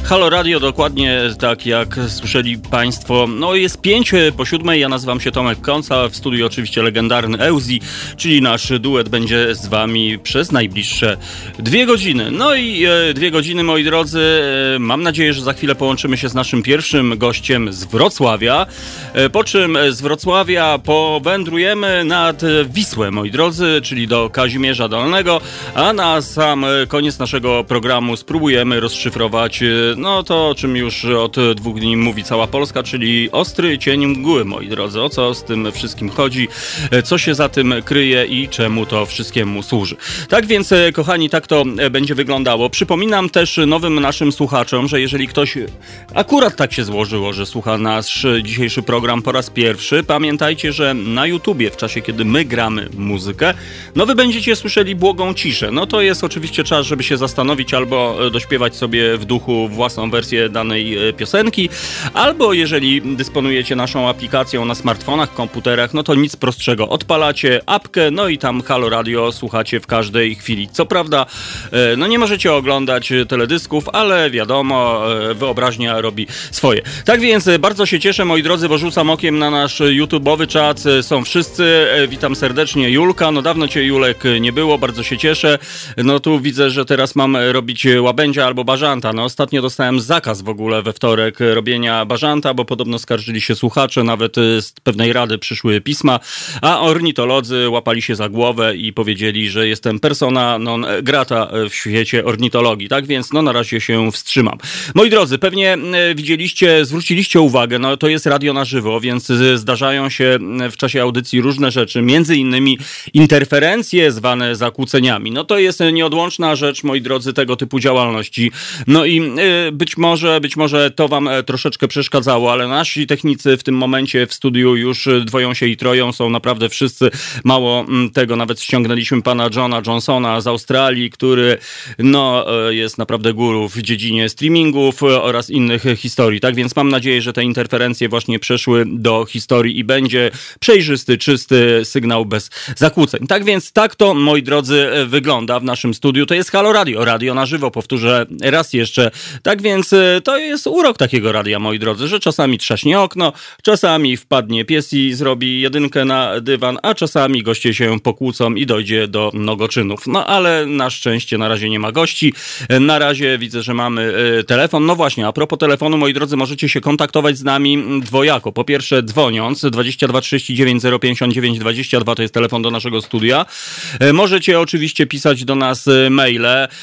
Halo Radio, dokładnie tak jak słyszeli Państwo. No jest 6:05, ja nazywam się Tomek Konca, w studiu oczywiście legendarny Euzi, czyli nasz duet będzie z Wami przez najbliższe 2 godziny. No i 2 godziny, moi drodzy, mam nadzieję, że za chwilę połączymy się z naszym pierwszym gościem z Wrocławia, po czym z Wrocławia powędrujemy nad Wisłę, moi drodzy, czyli do Kazimierza Dolnego, a na sam koniec naszego programu spróbujemy rozszyfrować no to, o czym już od 2 dni mówi cała Polska, czyli ostry cień mgły, moi drodzy. O co z tym wszystkim chodzi, co się za tym kryje i czemu to wszystkiemu służy. Tak więc, kochani, tak to będzie wyglądało. Przypominam też nowym naszym słuchaczom, że jeżeli ktoś akurat tak się złożyło, że słucha nasz dzisiejszy program po raz pierwszy, pamiętajcie, że na YouTubie w czasie, kiedy my gramy muzykę, no wy będziecie słyszeli błogą ciszę. No to jest oczywiście czas, żeby się zastanowić albo dośpiewać sobie w duchu własną wersję danej piosenki, albo jeżeli dysponujecie naszą aplikacją na smartfonach, komputerach, no to nic prostszego. Odpalacie apkę, no i tam Halo Radio słuchacie w każdej chwili. Co prawda, no nie możecie oglądać teledysków, ale wiadomo, wyobraźnia robi swoje. Tak więc bardzo się cieszę, moi drodzy, bo rzucam okiem na nasz YouTube'owy czat. Są wszyscy. Witam serdecznie, Julka. No dawno cię, Julek, nie było, bardzo się cieszę. No tu widzę, że teraz mam robić łabędzia albo bażanta. No ostatnio dostałem zakaz w ogóle we wtorek robienia bażanta, bo podobno skarżyli się słuchacze, nawet z pewnej rady przyszły pisma, a ornitolodzy łapali się za głowę i powiedzieli, że jestem persona non grata w świecie ornitologii. Tak więc no na razie się wstrzymam. Moi drodzy, pewnie widzieliście, zwróciliście uwagę, no to jest radio na żywo, więc zdarzają się w czasie audycji różne rzeczy, między innymi interferencje zwane zakłóceniami. No to jest nieodłączna rzecz, moi drodzy, tego typu działalności. No i być może to wam troszeczkę przeszkadzało, ale nasi technicy w tym momencie w studiu już dwoją się i troją, są naprawdę wszyscy. Mało tego, nawet ściągnęliśmy pana Johna Johnsona z Australii, który no jest naprawdę guru w dziedzinie streamingów oraz innych historii. Tak więc mam nadzieję, że te interferencje właśnie przeszły do historii i będzie przejrzysty, czysty sygnał bez zakłóceń. Tak więc tak to, moi drodzy, wygląda w naszym studiu. To jest Halo Radio, radio na żywo, powtórzę raz jeszcze. Tak więc to jest urok takiego radia, moi drodzy, że czasami trzaśnie okno, czasami wpadnie pies i zrobi jedynkę na dywan, a czasami goście się pokłócą i dojdzie do mnogoczynów. No ale na szczęście na razie nie ma gości. Na razie widzę, że mamy telefon. No właśnie, a propos telefonu, moi drodzy, możecie się kontaktować z nami dwojako. Po pierwsze dzwoniąc, 22 39 059 22 to jest telefon do naszego studia. Możecie oczywiście pisać do nas maile.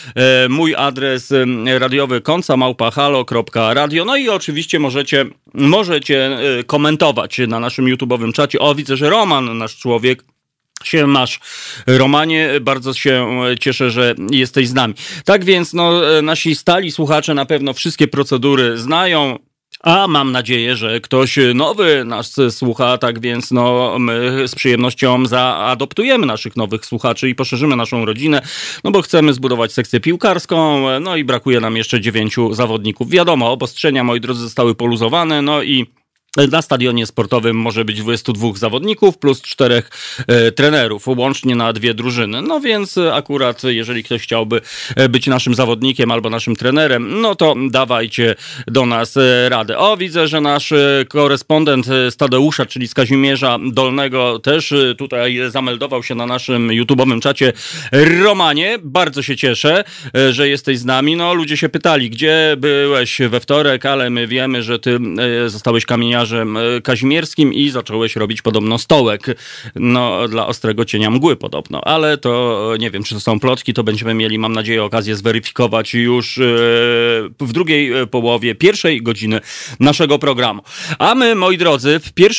Mój adres radiowy konca@halo.radio. No i oczywiście możecie komentować na naszym YouTube'owym czacie. O, widzę, że Roman, nasz człowiek, masz, Romanie, bardzo się cieszę, że jesteś z nami. Tak więc no, nasi stali słuchacze na pewno wszystkie procedury znają, a mam nadzieję, że ktoś nowy nas słucha, tak więc no my z przyjemnością zaadoptujemy naszych nowych słuchaczy i poszerzymy naszą rodzinę, no bo chcemy zbudować sekcję piłkarską, no i brakuje nam jeszcze 9 zawodników. Wiadomo, obostrzenia, moi drodzy, zostały poluzowane, no i na stadionie sportowym może być 22 zawodników plus 4 trenerów, łącznie na 2 drużyny. No więc akurat jeżeli ktoś chciałby być naszym zawodnikiem albo naszym trenerem, no to dawajcie do nas radę. O, widzę, że nasz korespondent z Tadeusza, czyli z Kazimierza Dolnego, też tutaj zameldował się na naszym YouTube'owym czacie. Romanie, bardzo się cieszę, że jesteś z nami. No, ludzie się pytali, gdzie byłeś we wtorek, ale my wiemy, że ty zostałeś kamieniarzem kazimierskim i zacząłeś robić podobno stołek, no dla ostrego cienia mgły podobno, ale to nie wiem, czy to są plotki, to będziemy mieli, mam nadzieję, okazję zweryfikować już w drugiej połowie pierwszej godziny naszego programu. A my, moi drodzy,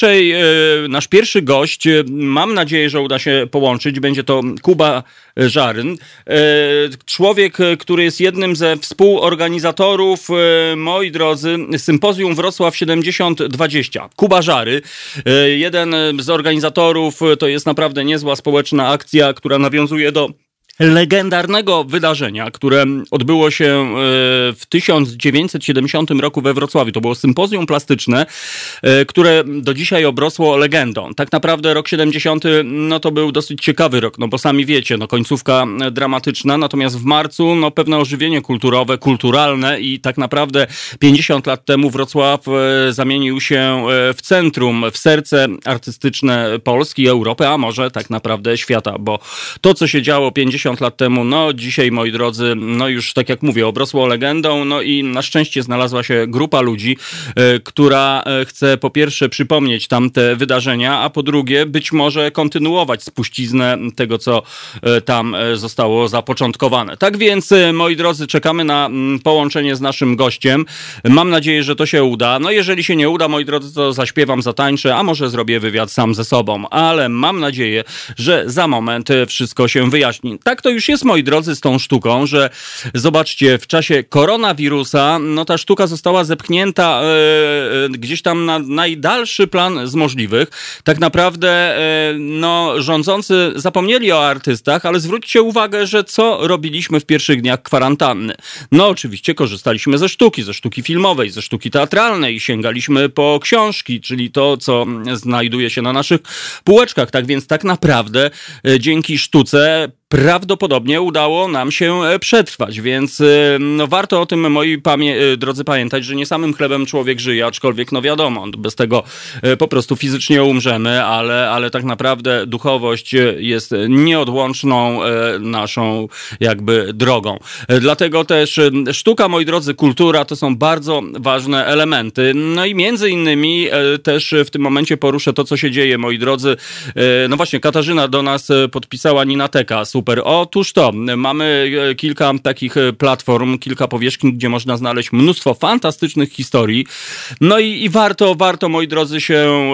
nasz pierwszy gość, mam nadzieję, że uda się połączyć, będzie to Kuba Żaryn, człowiek, który jest jednym ze współorganizatorów, moi drodzy, Sympozjum Wrocław 7020. Kuba Żary, jeden z organizatorów, to jest naprawdę niezła społeczna akcja, która nawiązuje do legendarnego wydarzenia, które odbyło się w 1970 roku we Wrocławiu. To było sympozjum plastyczne, które do dzisiaj obrosło legendą. Tak naprawdę rok 70 no to był dosyć ciekawy rok, no bo sami wiecie, no końcówka dramatyczna, natomiast w marcu no pewne ożywienie kulturowe, kulturalne i tak naprawdę 50 lat temu Wrocław zamienił się w centrum, w serce artystyczne Polski, Europy, a może tak naprawdę świata, bo to, co się działo 50 lat temu, no dzisiaj, moi drodzy, no już tak jak mówię, obrosło legendą, no i na szczęście znalazła się grupa ludzi, która chce po pierwsze przypomnieć tamte wydarzenia, a po drugie być może kontynuować spuściznę tego, co tam zostało zapoczątkowane. Tak więc, moi drodzy, czekamy na połączenie z naszym gościem. Mam nadzieję, że to się uda. No jeżeli się nie uda, moi drodzy, to zaśpiewam, zatańczę, a może zrobię wywiad sam ze sobą, ale mam nadzieję, że za moment wszystko się wyjaśni. Tak to już jest, moi drodzy, z tą sztuką, że zobaczcie, w czasie koronawirusa, no ta sztuka została zepchnięta gdzieś tam na najdalszy plan z możliwych. Tak naprawdę, no, rządzący zapomnieli o artystach, ale zwróćcie uwagę, że co robiliśmy w pierwszych dniach kwarantanny? No, oczywiście korzystaliśmy ze sztuki filmowej, ze sztuki teatralnej, sięgaliśmy po książki, czyli to, co znajduje się na naszych półeczkach. Tak więc tak naprawdę dzięki sztuce prawdopodobnie udało nam się przetrwać, więc no, warto o tym, moi drodzy, pamiętać, że nie samym chlebem człowiek żyje, aczkolwiek no wiadomo, bez tego po prostu fizycznie umrzemy, ale tak naprawdę duchowość jest nieodłączną naszą jakby drogą. Dlatego też sztuka, moi drodzy, kultura to są bardzo ważne elementy. No i między innymi też w tym momencie poruszę to, co się dzieje, moi drodzy. No właśnie, Katarzyna do nas podpisała Ninateka. Super. Otóż to, mamy kilka takich platform, kilka powierzchni, gdzie można znaleźć mnóstwo fantastycznych historii. No i warto, moi drodzy, się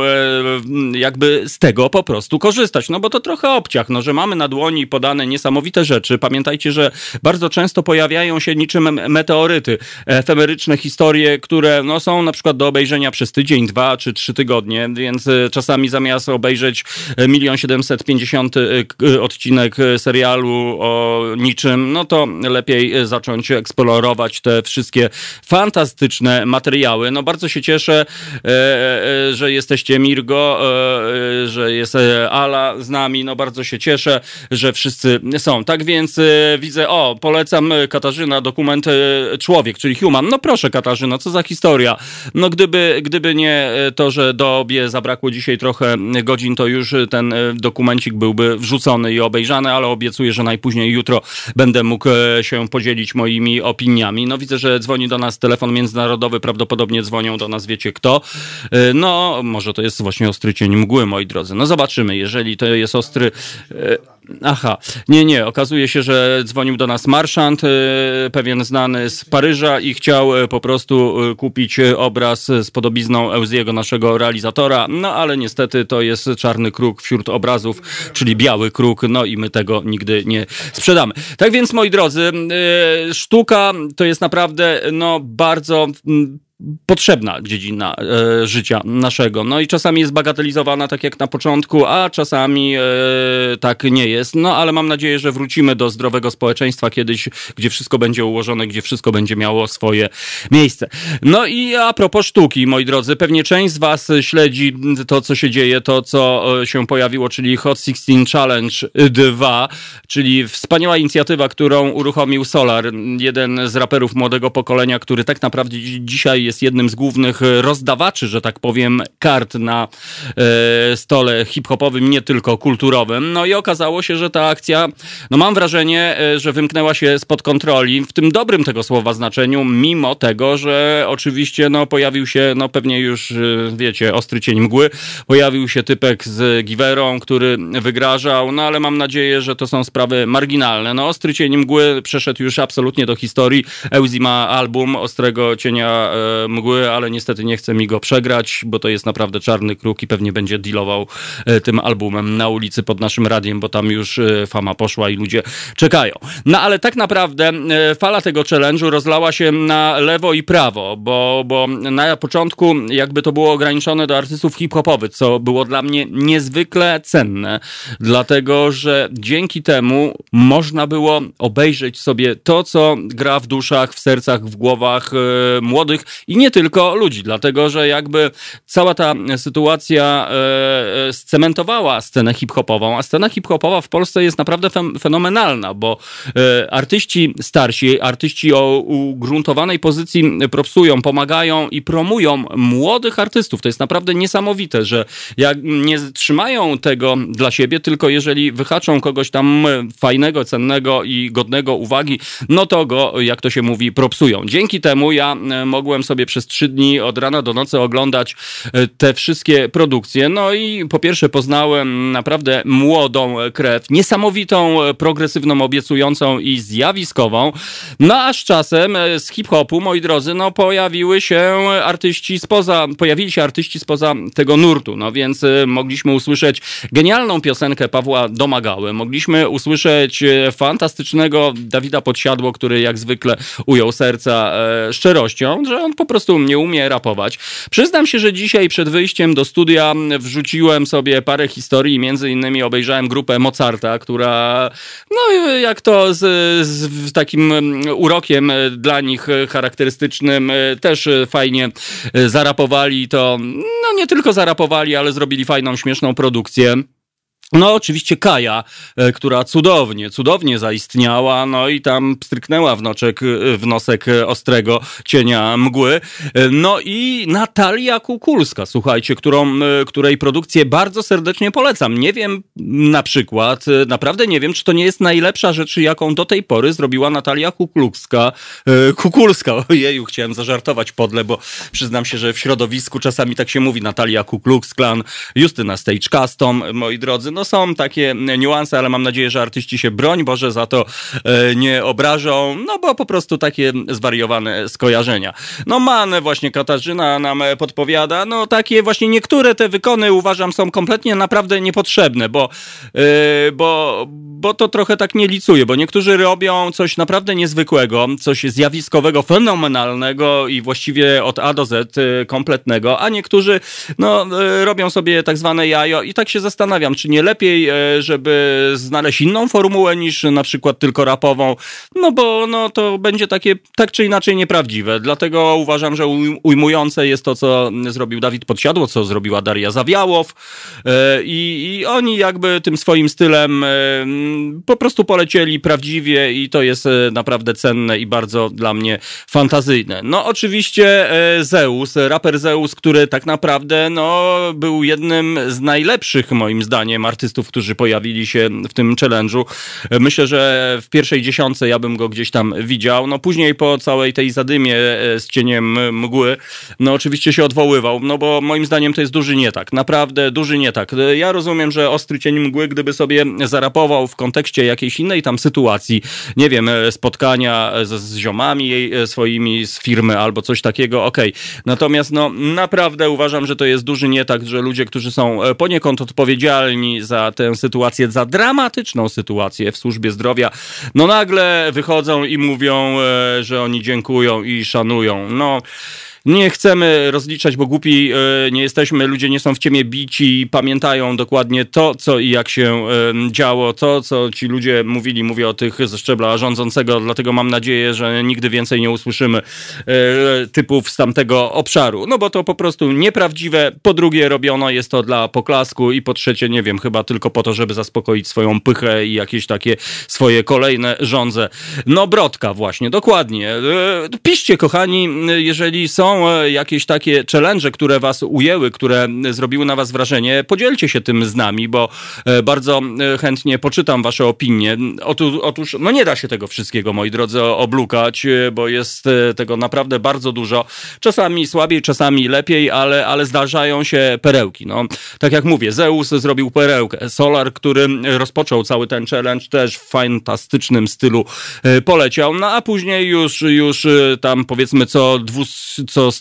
jakby z tego po prostu korzystać. No bo to trochę obciach, no, że mamy na dłoni podane niesamowite rzeczy. Pamiętajcie, że bardzo często pojawiają się niczym meteoryty, efemeryczne historie, które no, są na przykład do obejrzenia przez tydzień, 2 czy 3 tygodnie, więc czasami zamiast obejrzeć 1 750 000 odcinek serialu o niczym, no to lepiej zacząć eksplorować te wszystkie fantastyczne materiały. No bardzo się cieszę, że jesteście, Mirgo, że jest Ala z nami, no bardzo się cieszę, że wszyscy są. Tak więc widzę, polecam, Katarzyna, dokument Człowiek, czyli Human. No proszę, Katarzyno, co za historia. No gdyby nie to, że dobie zabrakło dzisiaj trochę godzin, to już ten dokumencik byłby wrzucony i obejrzany, ale obiecuję, że najpóźniej jutro będę mógł się podzielić moimi opiniami. No widzę, że dzwoni do nas telefon międzynarodowy, prawdopodobnie dzwonią do nas, wiecie kto. No może to jest właśnie ostry cień mgły, moi drodzy. No zobaczymy, jeżeli to jest ostry... Aha, nie, okazuje się, że dzwonił do nas marszant, pewien znany z Paryża i chciał po prostu kupić obraz z podobizną Euziego, naszego realizatora, no ale niestety to jest czarny kruk wśród obrazów, czyli biały kruk, no i my tego nigdy nie sprzedamy. Tak więc, moi drodzy, sztuka to jest naprawdę, no, bardzo... potrzebna dziedzina życia naszego. No i czasami jest bagatelizowana, tak jak na początku, a czasami tak nie jest. No ale mam nadzieję, że wrócimy do zdrowego społeczeństwa kiedyś, gdzie wszystko będzie ułożone, gdzie wszystko będzie miało swoje miejsce. No i a propos sztuki, moi drodzy, pewnie część z was śledzi to, co się dzieje, to, co się pojawiło, czyli Hot 16 Challenge 2, czyli wspaniała inicjatywa, którą uruchomił Solar, jeden z raperów młodego pokolenia, który tak naprawdę dzisiaj jest jednym z głównych rozdawaczy, że tak powiem, kart na stole hip-hopowym, nie tylko kulturowym. No i okazało się, że ta akcja, no mam wrażenie, że wymknęła się spod kontroli, w tym dobrym tego słowa znaczeniu, mimo tego, że oczywiście no pojawił się, no pewnie już wiecie, ostry cień mgły, pojawił się typek z giwerą, który wygrażał, no ale mam nadzieję, że to są sprawy marginalne. No ostry cień mgły przeszedł już absolutnie do historii. Euzi ma album Ostrego Cienia Mgły, ale niestety nie chce mi go przegrać, bo to jest naprawdę czarny kruk i pewnie będzie dealował tym albumem na ulicy pod naszym radiem, bo tam już fama poszła i ludzie czekają. No ale tak naprawdę fala tego challenge'u rozlała się na lewo i prawo, bo na początku jakby to było ograniczone do artystów hip-hopowych, co było dla mnie niezwykle cenne, dlatego że dzięki temu można było obejrzeć sobie to, co gra w duszach, w sercach, w głowach młodych i nie tylko ludzi, dlatego że jakby cała ta sytuacja scementowała scenę hip-hopową, a scena hip-hopowa w Polsce jest naprawdę fenomenalna, bo artyści starsi, artyści o ugruntowanej pozycji propsują, pomagają i promują młodych artystów. To jest naprawdę niesamowite, że jak nie trzymają tego dla siebie, tylko jeżeli wyhaczą kogoś tam fajnego, cennego i godnego uwagi, no to go, jak to się mówi, propsują. Dzięki temu ja mogłem sobie przez 3 dni od rana do nocy oglądać te wszystkie produkcje. No i po pierwsze poznałem naprawdę młodą krew, niesamowitą, progresywną, obiecującą i zjawiskową. No a z czasem z hip-hopu, moi drodzy, no pojawili się artyści spoza tego nurtu. No więc mogliśmy usłyszeć genialną piosenkę Pawła Domagały, mogliśmy usłyszeć fantastycznego Dawida Podsiadło, który jak zwykle ujął serca szczerością, że on po prostu nie umie rapować. Przyznam się, że dzisiaj przed wyjściem do studia wrzuciłem sobie parę historii, między innymi obejrzałem grupę Mozarta, która, no jak to z takim urokiem dla nich charakterystycznym też fajnie zarapowali to, no nie tylko zarapowali, ale zrobili fajną, śmieszną produkcję. No oczywiście Kaja, która cudownie zaistniała, no i tam pstryknęła w nosek ostrego cienia mgły. No i Natalia Kukulska, słuchajcie, której produkcję bardzo serdecznie polecam. Nie wiem na przykład, naprawdę nie wiem, czy to nie jest najlepsza rzecz, jaką do tej pory zrobiła Natalia Kukulska. Ojeju, chciałem zażartować podle, bo przyznam się, że w środowisku czasami tak się mówi, Natalia Ku Klux Klan, Justyna Stage Custom, moi drodzy, no są takie niuanse, ale mam nadzieję, że artyści się, broń Boże, za to nie obrażą, no bo po prostu takie zwariowane skojarzenia. No Manę właśnie Katarzyna nam podpowiada, no takie właśnie niektóre te wykony uważam są kompletnie naprawdę niepotrzebne, bo to trochę tak nie licuje, bo niektórzy robią coś naprawdę niezwykłego, coś zjawiskowego, fenomenalnego i właściwie od A do Z kompletnego, a niektórzy no robią sobie tak zwane jajo i tak się zastanawiam, czy nie lepiej, żeby znaleźć inną formułę niż na przykład tylko rapową, no bo no to będzie takie tak czy inaczej nieprawdziwe. Dlatego uważam, że ujmujące jest to, co zrobił Dawid Podsiadło, co zrobiła Daria Zawiałow i oni jakby tym swoim stylem po prostu polecieli prawdziwie i to jest naprawdę cenne i bardzo dla mnie fantazyjne. No oczywiście Zeus, raper Zeus, który tak naprawdę no był jednym z najlepszych moim zdaniem artystów, którzy pojawili się w tym challenge'u. Myślę, że w pierwszej 10 ja bym go gdzieś tam widział. No później po całej tej zadymie z cieniem mgły, no oczywiście się odwoływał, no bo moim zdaniem to jest duży nietak. Naprawdę duży nietak. Ja rozumiem, że ostry cień mgły, gdyby sobie zarapował w kontekście jakiejś innej tam sytuacji, nie wiem, spotkania z ziomami swoimi z firmy albo coś takiego, okej. Natomiast no naprawdę uważam, że to jest duży nietak, że ludzie, którzy są poniekąd odpowiedzialni za tę sytuację, za dramatyczną sytuację w służbie zdrowia, no nagle wychodzą i mówią, że oni dziękują i szanują. No nie chcemy rozliczać, bo głupi nie jesteśmy, ludzie nie są w ciemię bici, pamiętają dokładnie to, co i jak się działo, to, co ci ludzie mówili, mówię o tych ze szczebla rządzącego, dlatego mam nadzieję, że nigdy więcej nie usłyszymy typów z tamtego obszaru, no bo to po prostu nieprawdziwe, po drugie robiono jest to dla poklasku i po trzecie, nie wiem, chyba tylko po to, żeby zaspokoić swoją pychę i jakieś takie swoje kolejne żądze. No Brodka właśnie, dokładnie. Piszcie, kochani, jeżeli są jakieś takie challenge, które was ujęły, które zrobiły na was wrażenie, podzielcie się tym z nami, bo bardzo chętnie poczytam wasze opinie. Otóż, no nie da się tego wszystkiego, moi drodzy, oblukać, bo jest tego naprawdę bardzo dużo. Czasami słabiej, czasami lepiej, ale zdarzają się perełki. No, tak jak mówię, Zeus zrobił perełkę. Solar, który rozpoczął cały ten challenge, też w fantastycznym stylu poleciał, no a później już tam powiedzmy co co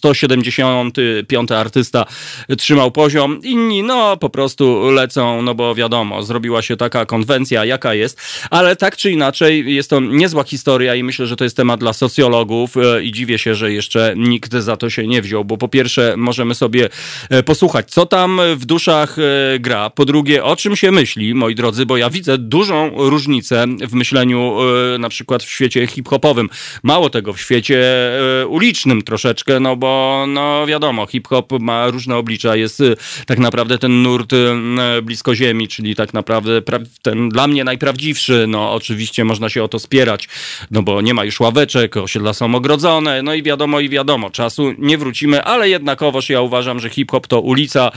175 artysta trzymał poziom. Inni, no po prostu lecą, no bo wiadomo, zrobiła się taka konwencja, jaka jest. Ale tak czy inaczej jest to niezła historia i myślę, że to jest temat dla socjologów i dziwię się, że jeszcze nikt za to się nie wziął, bo po pierwsze możemy sobie posłuchać, co tam w duszach gra. Po drugie, o czym się myśli, moi drodzy, bo ja widzę dużą różnicę w myśleniu na przykład w świecie hip-hopowym. Mało tego, w świecie ulicznym troszeczkę, no bo no wiadomo, hip-hop ma różne oblicza. Jest tak naprawdę ten nurt blisko ziemi, czyli tak naprawdę ten dla mnie najprawdziwszy. No oczywiście można się o to spierać, no bo nie ma już ławeczek, osiedla są ogrodzone, no i wiadomo, czasu nie wrócimy, ale jednakowoż ja uważam, że hip-hop to ulica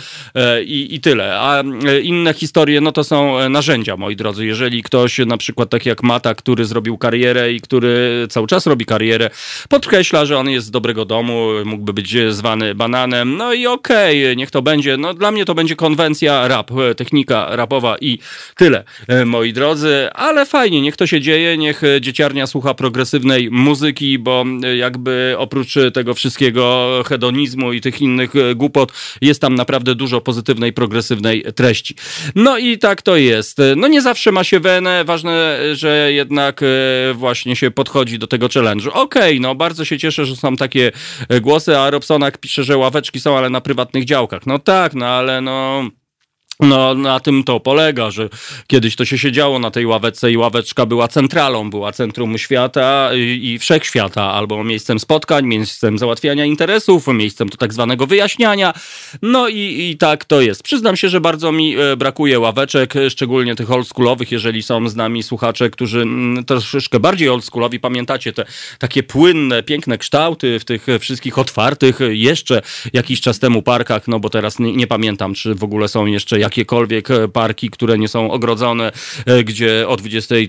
i tyle. A inne historie, no to są narzędzia, moi drodzy. Jeżeli ktoś na przykład tak jak Mata, który zrobił karierę i który cały czas robi karierę, podkreśla, że on jest z dobrego domu, mógłby być zwany bananem, no i okej, niech to będzie. No dla mnie to będzie konwencja rap, technika rapowa i tyle, moi drodzy, ale fajnie, niech to się dzieje, niech dzieciarnia słucha progresywnej muzyki, bo jakby oprócz tego wszystkiego hedonizmu i tych innych głupot jest tam naprawdę dużo pozytywnej, progresywnej treści. No i tak to jest. No nie zawsze ma się wenę, ważne, że jednak właśnie się podchodzi do tego challenge'u. Okej, no bardzo się cieszę, że są takie głosy, a Robsonak pisze, że ławeczki są, ale na prywatnych działkach. No tak, no ale no... No, na tym to polega, że kiedyś to się siedziało na tej ławeczce i ławeczka była centralą, była centrum świata i wszechświata, albo miejscem spotkań, miejscem załatwiania interesów, miejscem do tak zwanego wyjaśniania. No i tak to jest. Przyznam się, że bardzo mi brakuje ławeczek, szczególnie tych oldschoolowych, jeżeli są z nami słuchacze, którzy troszeczkę bardziej oldschoolowi, pamiętacie te takie płynne, piękne kształty w tych wszystkich otwartych jeszcze jakiś czas temu parkach, no bo teraz nie pamiętam, czy w ogóle są jeszcze jakiekolwiek parki, które nie są ogrodzone, gdzie o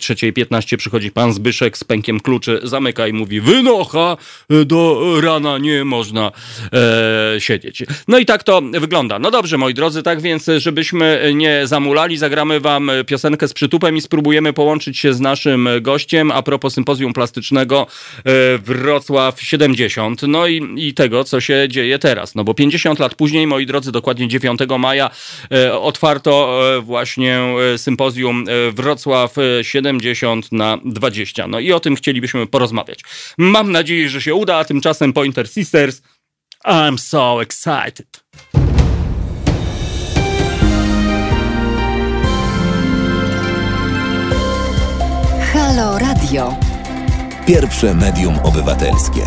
23:15 przychodzi pan Zbyszek z pękiem kluczy, zamyka i mówi: wynocha, do rana nie można siedzieć. No i tak to wygląda. No dobrze, moi drodzy, tak więc, żebyśmy nie zamulali, zagramy wam piosenkę z przytupem i spróbujemy połączyć się z naszym gościem a propos sympozjum plastycznego Wrocław 70. No i tego, co się dzieje teraz. No bo 50 lat później, moi drodzy, dokładnie 9 maja otwarto właśnie sympozjum Wrocław 70/20. No i o tym chcielibyśmy porozmawiać. Mam nadzieję, że się uda, a tymczasem Pointer Sisters. I'm so excited. Halo Radio. Pierwsze medium obywatelskie.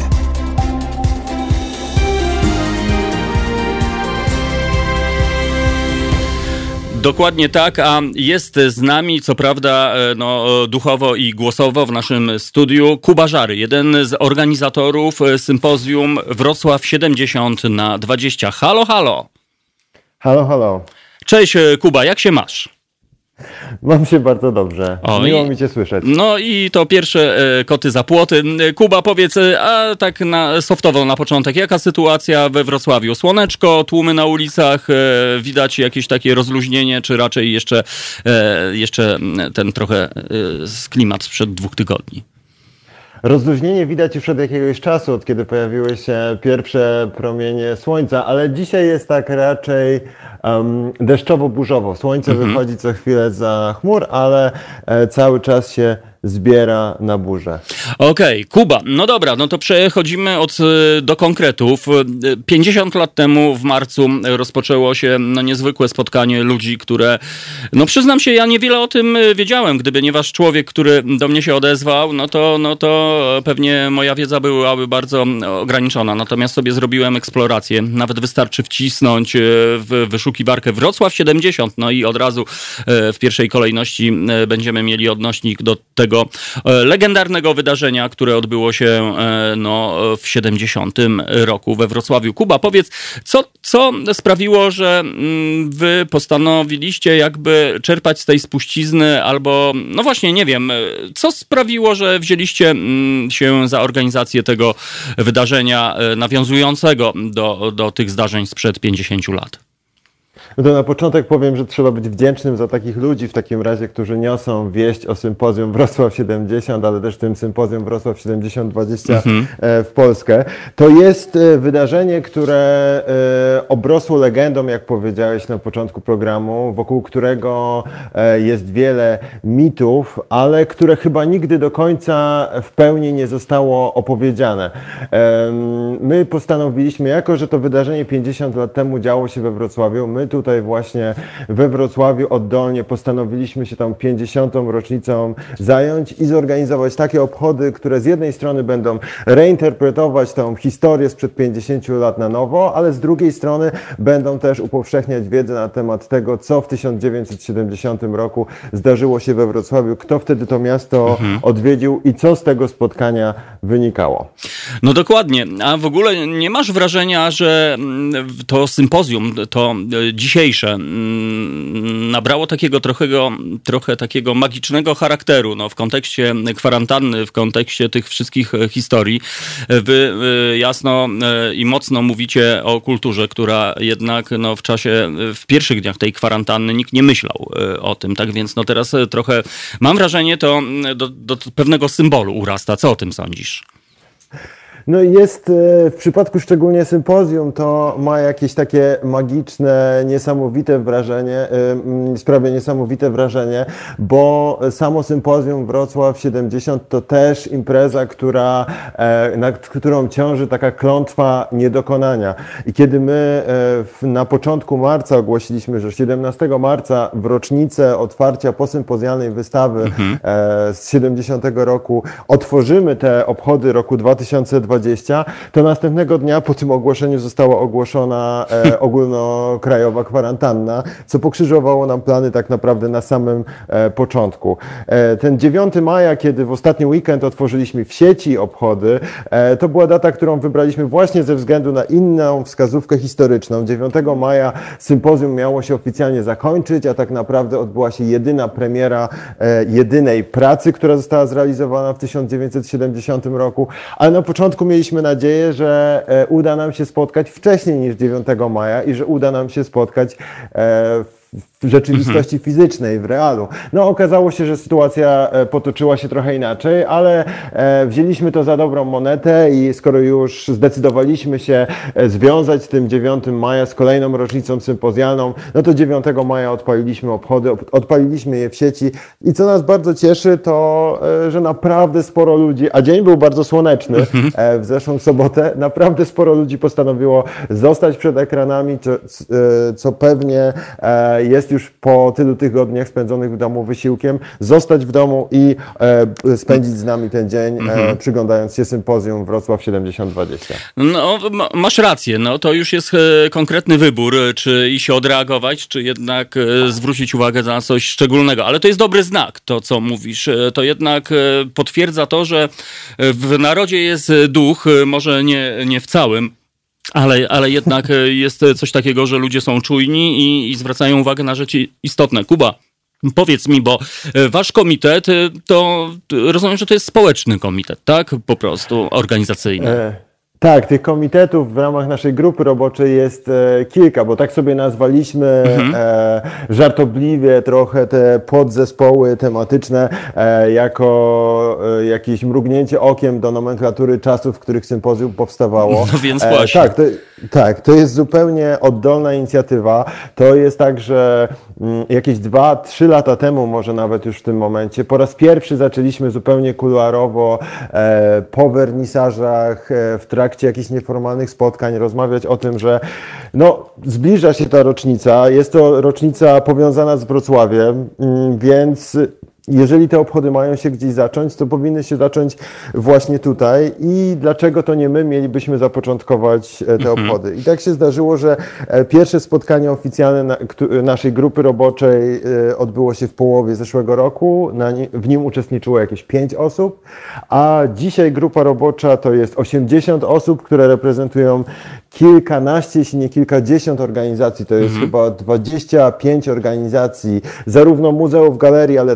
Dokładnie tak, a jest z nami, co prawda, no, duchowo i głosowo w naszym studiu Kuba Żary, jeden z organizatorów sympozjum Wrocław 70/20. Halo, halo. Halo, halo. Cześć Kuba, jak się masz? Mam się bardzo dobrze. Miło mi cię słyszeć. No i to pierwsze koty za płoty. Kuba, powiedz, a tak softowo na początek, jaka sytuacja we Wrocławiu? Słoneczko, tłumy na ulicach, widać jakieś takie rozluźnienie, czy raczej jeszcze ten trochę klimat sprzed 2 tygodni? Rozluźnienie widać już od jakiegoś czasu, od kiedy pojawiły się pierwsze promienie słońca, ale dzisiaj jest tak raczej deszczowo-burzowo. Słońce wychodzi co chwilę za chmur, ale cały czas się zbiera na burzę. Okej, Kuba, no dobra, no to przechodzimy do konkretów. 50 lat temu w marcu rozpoczęło się niezwykłe spotkanie ludzi, które, no przyznam się, ja niewiele o tym wiedziałem. Gdyby nie wasz człowiek, który do mnie się odezwał, no to pewnie moja wiedza byłaby bardzo ograniczona. Natomiast sobie zrobiłem eksplorację. Nawet wystarczy wcisnąć w wyszukiwarkę Wrocław 70, no i od razu w pierwszej kolejności będziemy mieli odnośnik do tego legendarnego wydarzenia, które odbyło się w 70 roku we Wrocławiu. Kuba, powiedz, co sprawiło, że wy postanowiliście jakby czerpać z tej spuścizny, albo no właśnie, nie wiem, co sprawiło, że wzięliście się za organizację tego wydarzenia nawiązującego do tych zdarzeń sprzed 50 lat? No to na początek powiem, że trzeba być wdzięcznym za takich ludzi w takim razie, którzy niosą wieść o sympozjum Wrocław 70, ale też tym sympozjum Wrocław 70-20 w Polskę. To jest wydarzenie, które obrosło legendą, jak powiedziałeś na początku programu, wokół którego jest wiele mitów, ale które chyba nigdy do końca w pełni nie zostało opowiedziane. My postanowiliśmy, jako że to wydarzenie 50 lat temu działo się we Wrocławiu, my tutaj właśnie we Wrocławiu oddolnie postanowiliśmy się tą 50. rocznicą zająć i zorganizować takie obchody, które z jednej strony będą reinterpretować tą historię sprzed 50 lat na nowo, ale z drugiej strony będą też upowszechniać wiedzę na temat tego, co w 1970 roku zdarzyło się we Wrocławiu, kto wtedy to miasto odwiedził i co z tego spotkania wynikało. No dokładnie, a w ogóle nie masz wrażenia, że to sympozjum, to dzisiejsze nabrało takiego trochę takiego magicznego charakteru, no, w kontekście kwarantanny, w kontekście tych wszystkich historii. Wy jasno i mocno mówicie o kulturze, która jednak no, w pierwszych dniach tej kwarantanny nikt nie myślał o tym, tak więc no teraz trochę mam wrażenie, to do pewnego symbolu urasta. Co o tym sądzisz? No jest w przypadku szczególnie sympozjum, to ma jakieś takie magiczne, niesamowite wrażenie, sprawia niesamowite wrażenie, bo samo sympozjum Wrocław 70 to też impreza, nad którą ciąży taka klątwa niedokonania. I kiedy my na początku marca ogłosiliśmy, że 17 marca w rocznicę otwarcia posympozjalnej wystawy z 70 roku otworzymy te obchody roku 2020, to następnego dnia po tym ogłoszeniu została ogłoszona ogólnokrajowa kwarantanna, co pokrzyżowało nam plany tak naprawdę na samym początku. Ten 9 maja, kiedy w ostatni weekend otworzyliśmy w sieci obchody, to była data, którą wybraliśmy właśnie ze względu na inną wskazówkę historyczną. 9 maja sympozjum miało się oficjalnie zakończyć, a tak naprawdę odbyła się jedyna premiera jedynej pracy, która została zrealizowana w 1970 roku, ale na początku mieliśmy nadzieję, że uda nam się spotkać wcześniej niż 9 maja i że uda nam się spotkać w rzeczywistości fizycznej, w realu. No okazało się, że sytuacja potoczyła się trochę inaczej, ale wzięliśmy to za dobrą monetę i skoro już zdecydowaliśmy się związać z tym 9 maja z kolejną rocznicą sympozjalną, no to 9 maja odpaliliśmy obchody, odpaliliśmy je w sieci i co nas bardzo cieszy, to że naprawdę sporo ludzi, a dzień był bardzo słoneczny w zeszłą sobotę, naprawdę sporo ludzi postanowiło zostać przed ekranami, co pewnie jest już po tylu tygodniach spędzonych w domu wysiłkiem, zostać w domu i spędzić z nami ten dzień, przyglądając się sympozjum Wrocław 70-20. No, masz rację, no to już jest konkretny wybór, czy i się odreagować, czy jednak zwrócić uwagę na coś szczególnego. Ale to jest dobry znak, to co mówisz. To jednak potwierdza to, że w narodzie jest duch, może nie w całym, ale jednak jest coś takiego, że ludzie są czujni i zwracają uwagę na rzeczy istotne. Kuba, powiedz mi, bo wasz komitet, to rozumiem, że to jest społeczny komitet, tak? Po prostu organizacyjny. Tak, tych komitetów w ramach naszej grupy roboczej jest kilka, bo tak sobie nazwaliśmy żartobliwie trochę te podzespoły tematyczne jako jakieś mrugnięcie okiem do nomenklatury czasów, w których sympozjum powstawało. No więc właśnie. To jest zupełnie oddolna inicjatywa. To jest tak, że jakieś 2-3 lata temu, może nawet już w tym momencie, po raz pierwszy zaczęliśmy zupełnie kuluarowo po wernisażach, w trakcie jakichś nieformalnych spotkań rozmawiać o tym, że no, zbliża się ta rocznica, jest to rocznica powiązana z Wrocławiem, więc jeżeli te obchody mają się gdzieś zacząć, to powinny się zacząć właśnie tutaj i dlaczego to nie my mielibyśmy zapoczątkować te obchody. I tak się zdarzyło, że pierwsze spotkanie oficjalne naszej grupy roboczej odbyło się w połowie zeszłego roku. W nim uczestniczyło jakieś 5 osób, a dzisiaj grupa robocza to jest 80 osób, które reprezentują kilkanaście, jeśli nie kilkadziesiąt organizacji. To jest chyba 25 organizacji, zarówno muzeów, galerii, ale też małych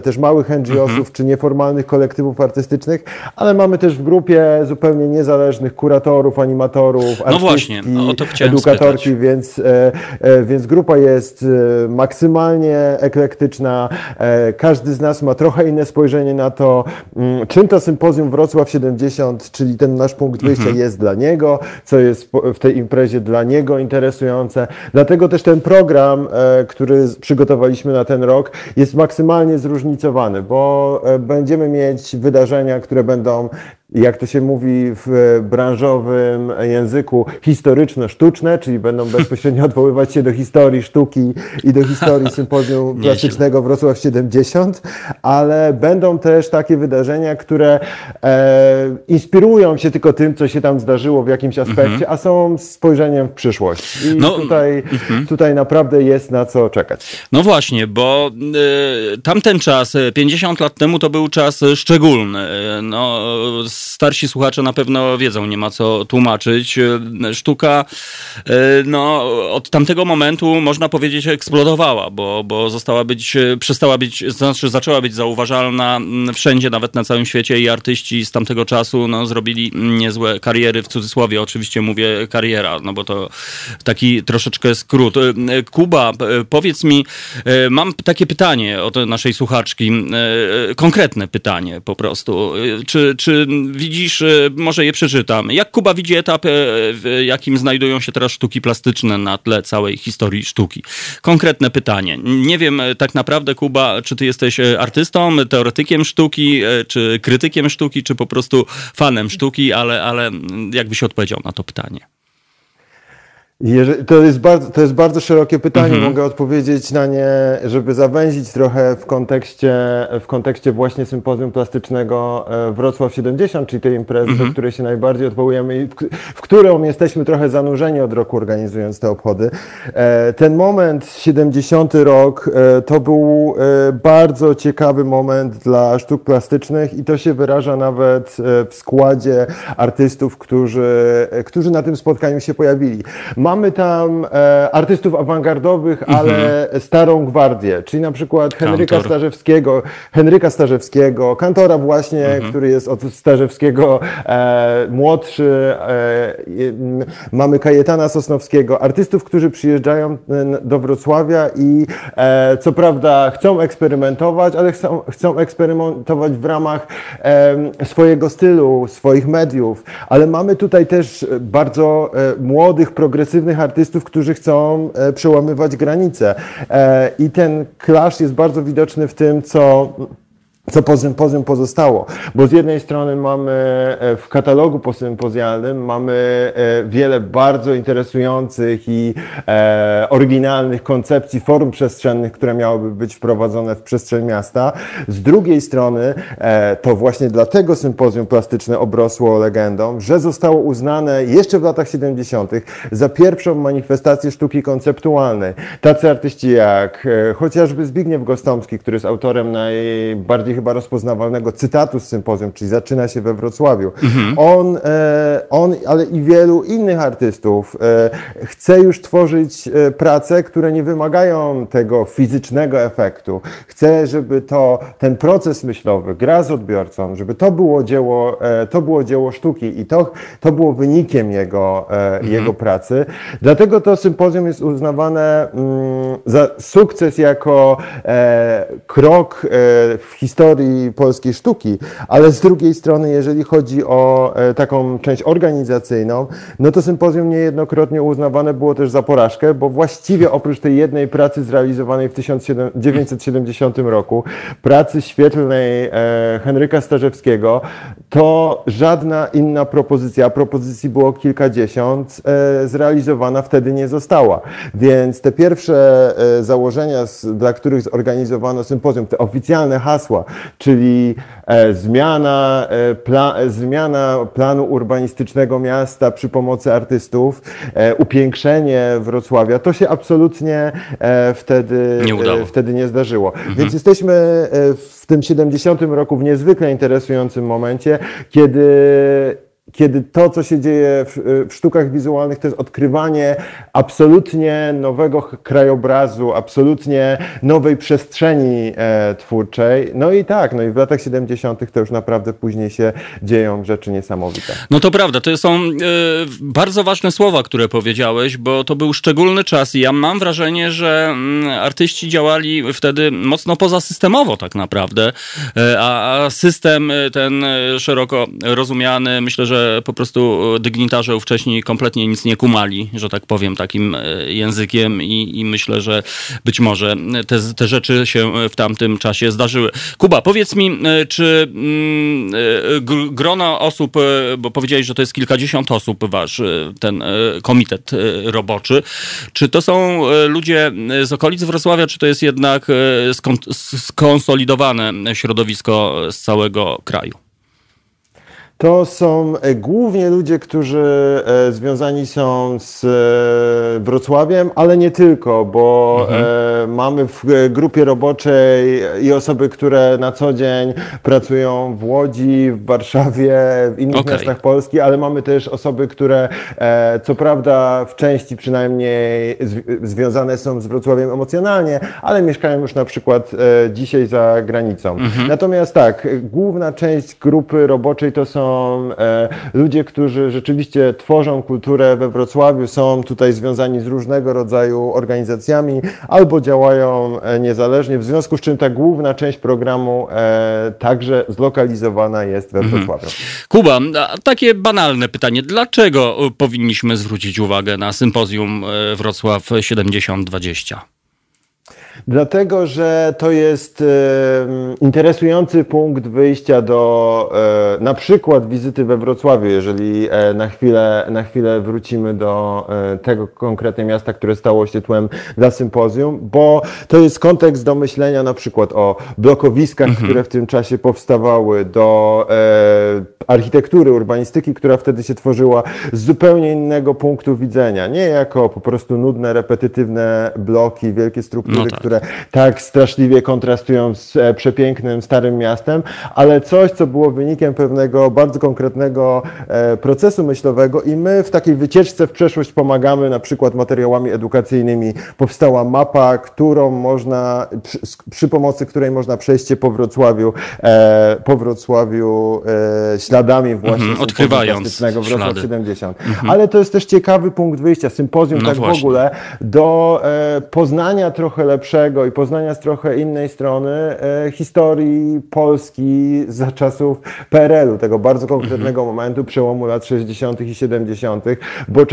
małych NGO-sów czy nieformalnych kolektywów artystycznych, ale mamy też w grupie zupełnie niezależnych kuratorów, animatorów, artystki, właśnie, o to chciałem edukatorki, więc grupa jest maksymalnie eklektyczna. Każdy z nas ma trochę inne spojrzenie na to, czym to sympozjum Wrocław 70, czyli ten nasz punkt wyjścia jest dla niego, co jest w tej imprezie dla niego interesujące. Dlatego też ten program, który przygotowaliśmy na ten rok, jest maksymalnie zróżnicowany, bo będziemy mieć wydarzenia, które będą, jak to się mówi w branżowym języku, historyczno-sztuczne, czyli będą bezpośrednio odwoływać się do historii sztuki i do historii sympozjum plastycznego Wrocław 70, ale będą też takie wydarzenia, które inspirują się tylko tym, co się tam zdarzyło w jakimś aspekcie, a są spojrzeniem w przyszłość. I tutaj naprawdę jest na co czekać. No właśnie, bo tamten czas, 50 lat temu, to był czas szczególny. No, starsi słuchacze na pewno wiedzą, nie ma co tłumaczyć. Sztuka od tamtego momentu, można powiedzieć, eksplodowała, bo zaczęła być zauważalna wszędzie, nawet na całym świecie, i artyści z tamtego czasu zrobili niezłe kariery, w cudzysłowie oczywiście mówię kariera, no bo to taki troszeczkę skrót. Kuba, powiedz mi, mam takie pytanie od naszej słuchaczki, konkretne pytanie po prostu. Czy widzisz, może je przeczytam. Jak Kuba widzi etap, w jakim znajdują się teraz sztuki plastyczne na tle całej historii sztuki? Konkretne pytanie. Nie wiem tak naprawdę, Kuba, czy ty jesteś artystą, teoretykiem sztuki, czy krytykiem sztuki, czy po prostu fanem sztuki, ale jakbyś odpowiedział na to pytanie? To jest bardzo szerokie pytanie. Mogę odpowiedzieć na nie, żeby zawęzić trochę w kontekście właśnie sympozjum plastycznego Wrocław 70, czyli tej imprezy, do której się najbardziej odwołujemy i w którą jesteśmy trochę zanurzeni od roku, organizując te obchody. Ten moment, 70 rok, to był bardzo ciekawy moment dla sztuk plastycznych i to się wyraża nawet w składzie artystów, którzy na tym spotkaniu się pojawili. Mamy tam artystów awangardowych, ale starą gwardię, czyli na przykład Henryka Starzewskiego, kantora właśnie, który jest od Starzewskiego młodszy. Mamy Kajetana Sosnowskiego, artystów, którzy przyjeżdżają do Wrocławia i co prawda chcą eksperymentować, ale chcą eksperymentować w ramach swojego stylu, swoich mediów, ale mamy tutaj też bardzo młodych, progresywnych artystów, którzy chcą przełamywać granice. I ten clash jest bardzo widoczny w tym, co po sympozjum pozostało. Bo z jednej strony mamy w katalogu posympozjalnym wiele bardzo interesujących i oryginalnych koncepcji form przestrzennych, które miałyby być wprowadzone w przestrzeń miasta. Z drugiej strony to właśnie dlatego sympozjum plastyczne obrosło legendą, że zostało uznane jeszcze w latach 70. za pierwszą manifestację sztuki konceptualnej. Tacy artyści jak chociażby Zbigniew Gostomski, który jest autorem najbardziej chyba rozpoznawalnego cytatu z sympozjum, czyli zaczyna się we Wrocławiu. On, ale i wielu innych artystów chce już tworzyć prace, które nie wymagają tego fizycznego efektu. Chce, żeby ten proces myślowy, gra z odbiorcą, żeby to było dzieło sztuki i to było wynikiem jego pracy. Dlatego to sympozjum jest uznawane za sukces jako krok w historii polskiej sztuki, ale z drugiej strony, jeżeli chodzi o taką część organizacyjną, no to sympozjum niejednokrotnie uznawane było też za porażkę, bo właściwie oprócz tej jednej pracy zrealizowanej w 1970 roku, pracy świetlnej Henryka Starzewskiego, to żadna inna propozycja, a propozycji było kilkadziesiąt, zrealizowana wtedy nie została. Więc te pierwsze założenia, dla których zorganizowano sympozjum, te oficjalne hasła, czyli zmiana planu urbanistycznego miasta przy pomocy artystów, upiększenie Wrocławia, to się absolutnie wtedy nie zdarzyło. Więc jesteśmy w tym 70 roku w niezwykle interesującym momencie, kiedy kiedy to, co się dzieje w sztukach wizualnych, to jest odkrywanie absolutnie nowego krajobrazu, absolutnie nowej przestrzeni twórczej. No i w latach 70. to już naprawdę później się dzieją rzeczy niesamowite. No to prawda, to są bardzo ważne słowa, które powiedziałeś, bo to był szczególny czas i ja mam wrażenie, że artyści działali wtedy mocno pozasystemowo tak naprawdę, a system ten szeroko rozumiany, myślę, że po prostu dygnitarze wcześniej kompletnie nic nie kumali, że tak powiem, takim językiem i myślę, że być może te rzeczy się w tamtym czasie zdarzyły. Kuba, powiedz mi, czy grono osób, bo powiedziałeś, że to jest kilkadziesiąt osób wasz, ten komitet roboczy, czy to są ludzie z okolic Wrocławia, czy to jest jednak skonsolidowane środowisko z całego kraju? To są głównie ludzie, którzy związani są z Wrocławiem, ale nie tylko, bo mamy w grupie roboczej i osoby, które na co dzień pracują w Łodzi, w Warszawie, w innych miastach Polski, ale mamy też osoby, które co prawda w części przynajmniej związane są z Wrocławiem emocjonalnie, ale mieszkają już na przykład dzisiaj za granicą. Natomiast główna część grupy roboczej to są ludzie, którzy rzeczywiście tworzą kulturę we Wrocławiu, są tutaj związani z różnego rodzaju organizacjami albo działają niezależnie, w związku z czym ta główna część programu także zlokalizowana jest we Wrocławiu. Kuba, takie banalne pytanie. Dlaczego powinniśmy zwrócić uwagę na sympozjum Wrocław 7020? Dlatego, że to jest interesujący punkt wyjścia do na przykład wizyty we Wrocławiu, jeżeli na chwilę wrócimy do tego konkretnego miasta, które stało się tłem dla sympozjum, bo to jest kontekst do myślenia na przykład o blokowiskach, które w tym czasie powstawały, do architektury, urbanistyki, która wtedy się tworzyła z zupełnie innego punktu widzenia. Nie jako po prostu nudne, repetytywne bloki, wielkie struktury, które tak straszliwie kontrastują z przepięknym Starym Miastem, ale coś, co było wynikiem pewnego bardzo konkretnego procesu myślowego i my w takiej wycieczce w przeszłość pomagamy na przykład materiałami edukacyjnymi. Powstała mapa, którą można, przy pomocy której można przejść się po Wrocławiu śladami właśnie odkrywając Wrocław 70. Ale to jest też ciekawy punkt wyjścia, sympozjum w ogóle, do poznania trochę lepszego i poznania z trochę innej strony historii Polski za czasów PRL-u, tego bardzo konkretnego momentu, przełomu lat 60. i 70., bo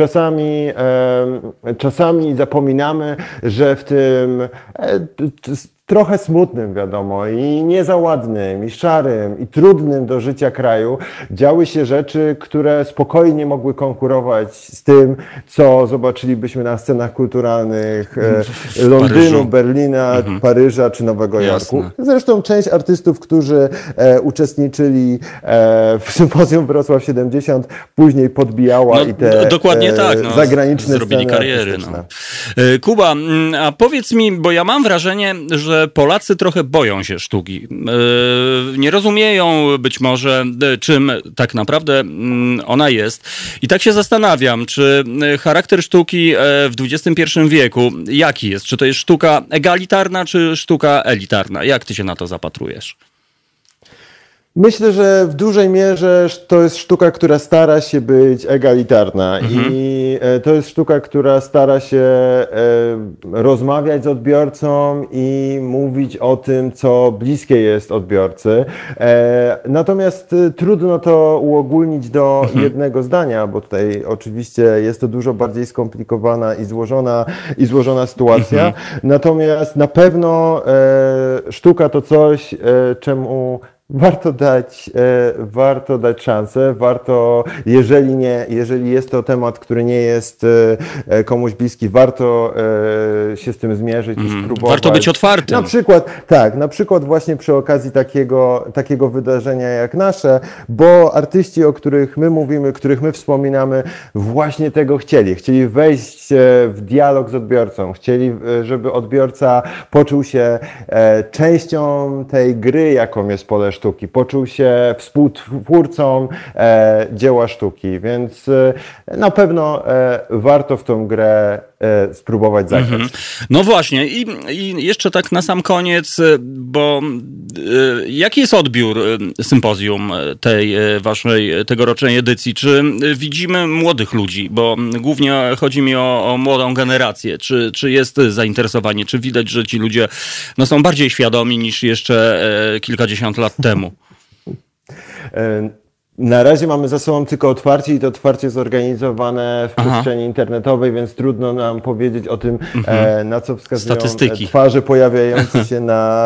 czasami zapominamy, że w tym trochę smutnym, wiadomo, i niezaładnym, i szarym, i trudnym do życia kraju działy się rzeczy, które spokojnie mogły konkurować z tym, co zobaczylibyśmy na scenach kulturalnych Londynu, Berlina, Paryża czy Nowego Jorku. Zresztą część artystów, którzy uczestniczyli w sympozjum Wrocław 70, później podbijała i te zagraniczne zrobili kariery. Kuba, a powiedz mi, bo ja mam wrażenie, że Polacy trochę boją się sztuki. Nie rozumieją być może, czym tak naprawdę ona jest. I tak się zastanawiam, czy charakter sztuki w XXI wieku jaki jest? Czy to jest sztuka egalitarna, czy sztuka elitarna? Jak ty się na to zapatrujesz? Myślę, że w dużej mierze to jest sztuka, która stara się być egalitarna i to jest sztuka, która stara się rozmawiać z odbiorcą i mówić o tym, co bliskie jest odbiorcy. Natomiast trudno to uogólnić do jednego zdania, bo tutaj oczywiście jest to dużo bardziej skomplikowana i złożona sytuacja. Natomiast na pewno sztuka to coś, czemu warto dać szansę, jeżeli jest to temat, który nie jest komuś bliski, warto się z tym zmierzyć i spróbować. Warto być otwartym. Na przykład właśnie przy okazji takiego wydarzenia jak nasze, bo artyści, o których my mówimy, których my wspominamy, właśnie tego chcieli. Chcieli wejść w dialog z odbiorcą, chcieli, żeby odbiorca poczuł się częścią tej gry, jaką jest pole sztuki. sztuki, poczuł się współtwórcą dzieła sztuki, więc na pewno warto w tą grę spróbować zagrać. No właśnie i jeszcze tak na sam koniec, bo jaki jest odbiór sympozjum tej waszej tegorocznej edycji? Czy widzimy młodych ludzi? Bo głównie chodzi mi o młodą generację. Czy jest zainteresowanie? Czy widać, że ci ludzie są bardziej świadomi niż jeszcze kilkadziesiąt lat temu? Na razie mamy za sobą tylko otwarcie i to otwarcie zorganizowane w przestrzeni internetowej, więc trudno nam powiedzieć o tym, na co wskazują statystyki. Twarze pojawiające się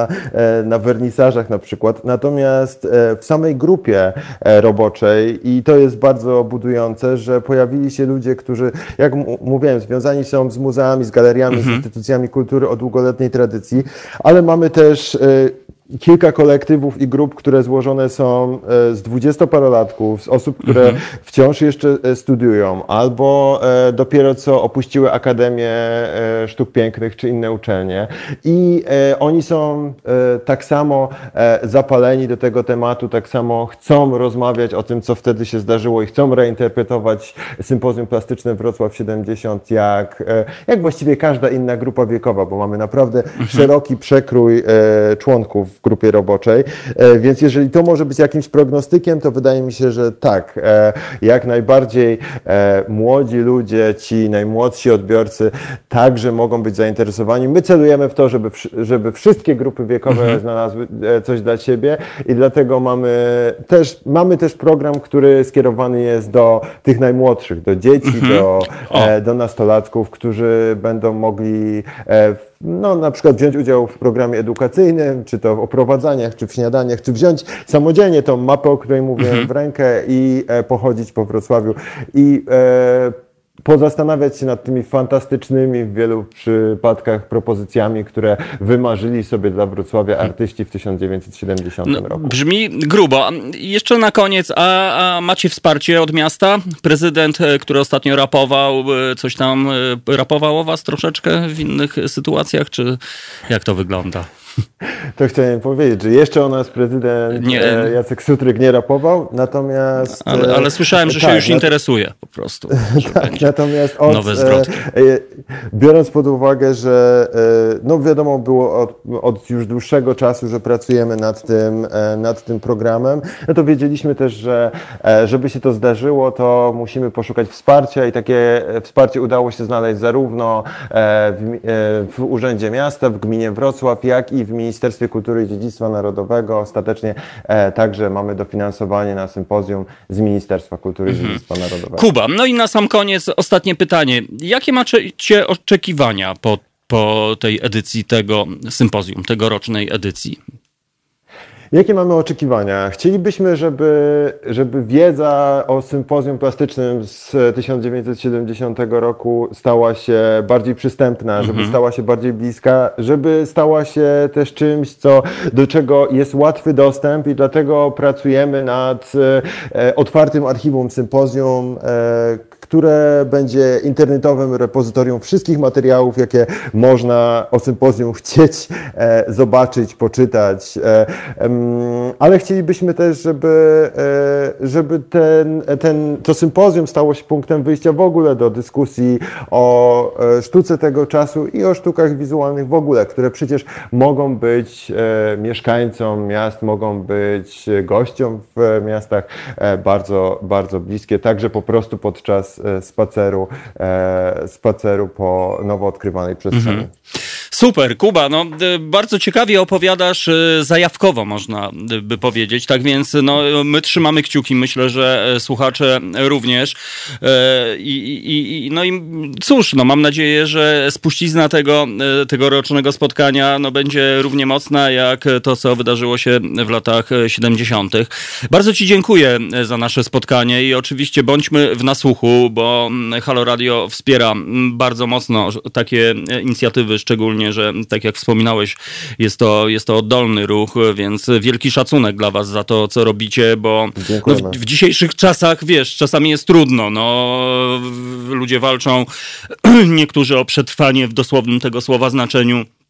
na wernisażach na przykład. Natomiast w samej grupie roboczej, i to jest bardzo budujące, że pojawili się ludzie, którzy, jak mówiłem, związani są z muzeami, z galeriami, z instytucjami kultury o długoletniej tradycji, ale mamy też kilka kolektywów i grup, które złożone są z 20-parolatków, z osób, które wciąż jeszcze studiują, albo dopiero co opuściły Akademię Sztuk Pięknych czy inne uczelnie. I oni są tak samo zapaleni do tego tematu, tak samo chcą rozmawiać o tym, co wtedy się zdarzyło i chcą reinterpretować Sympozjum Plastyczne Wrocław 70 jak właściwie każda inna grupa wiekowa, bo mamy naprawdę szeroki przekrój członków w grupie roboczej, więc jeżeli to może być jakimś prognostykiem, to wydaje mi się, że tak, jak najbardziej młodzi ludzie, ci najmłodsi odbiorcy także mogą być zainteresowani. My celujemy w to, żeby wszystkie grupy wiekowe znalazły coś dla siebie i dlatego mamy też program, który skierowany jest do tych najmłodszych, do dzieci, do nastolatków, którzy będą mogli na przykład wziąć udział w programie edukacyjnym, czy to w oprowadzaniach, czy w śniadaniach, czy wziąć samodzielnie tą mapę, o której mówiłem, w rękę i pochodzić po Wrocławiu i pozastanawiać się nad tymi fantastycznymi w wielu przypadkach propozycjami, które wymarzyli sobie dla Wrocławia artyści w 1970 roku. Brzmi grubo. Jeszcze na koniec, a macie wsparcie od miasta? Prezydent, który ostatnio rapował, coś tam rapował o was troszeczkę w innych sytuacjach, czy jak to wygląda? To chciałem powiedzieć, że jeszcze o nas prezydent Jacek Sutryk nie rapował, natomiast... Ale słyszałem, że się już interesuje po prostu. Tak, natomiast nowe zwrotki. Biorąc pod uwagę, że wiadomo było od już dłuższego czasu, że pracujemy nad tym programem, to wiedzieliśmy też, że żeby się to zdarzyło, to musimy poszukać wsparcia i takie wsparcie udało się znaleźć zarówno w Urzędzie Miasta, w Gminie Wrocław, jak i w Ministerstwie Kultury i Dziedzictwa Narodowego. Ostatecznie także mamy dofinansowanie na sympozjum z Ministerstwa Kultury i Dziedzictwa Narodowego. Kuba, no i na sam koniec ostatnie pytanie. Jakie macie oczekiwania po tej edycji tego sympozjum, tegorocznej edycji? Jakie mamy oczekiwania? Chcielibyśmy, żeby wiedza o sympozjum plastycznym z 1970 roku stała się bardziej przystępna, żeby stała się bardziej bliska, żeby stała się też czymś, do czego jest łatwy dostęp i dlatego pracujemy nad otwartym archiwum sympozjum, które będzie internetowym repozytorium wszystkich materiałów, jakie można o sympozjum chcieć zobaczyć, poczytać. Ale chcielibyśmy też, żeby to sympozjum stało się punktem wyjścia w ogóle do dyskusji o sztuce tego czasu i o sztukach wizualnych w ogóle, które przecież mogą być mieszkańcom miast, mogą być gościom w miastach bardzo, bardzo bliskie, także po prostu podczas spaceru po nowo odkrywanej przestrzeni. Super, Kuba, bardzo ciekawie opowiadasz, zajawkowo można by powiedzieć, tak więc my trzymamy kciuki, myślę, że słuchacze również i cóż, mam nadzieję, że spuścizna tegorocznego spotkania będzie równie mocna jak to, co wydarzyło się w latach 70. Bardzo Ci dziękuję za nasze spotkanie i oczywiście bądźmy w nasłuchu, bo Halo Radio wspiera bardzo mocno takie inicjatywy, szczególnie, że tak jak wspominałeś, jest to oddolny ruch, więc wielki szacunek dla was za to, co robicie, bo w dzisiejszych czasach, czasami jest trudno, ludzie walczą, niektórzy o przetrwanie w dosłownym tego słowa znaczeniu,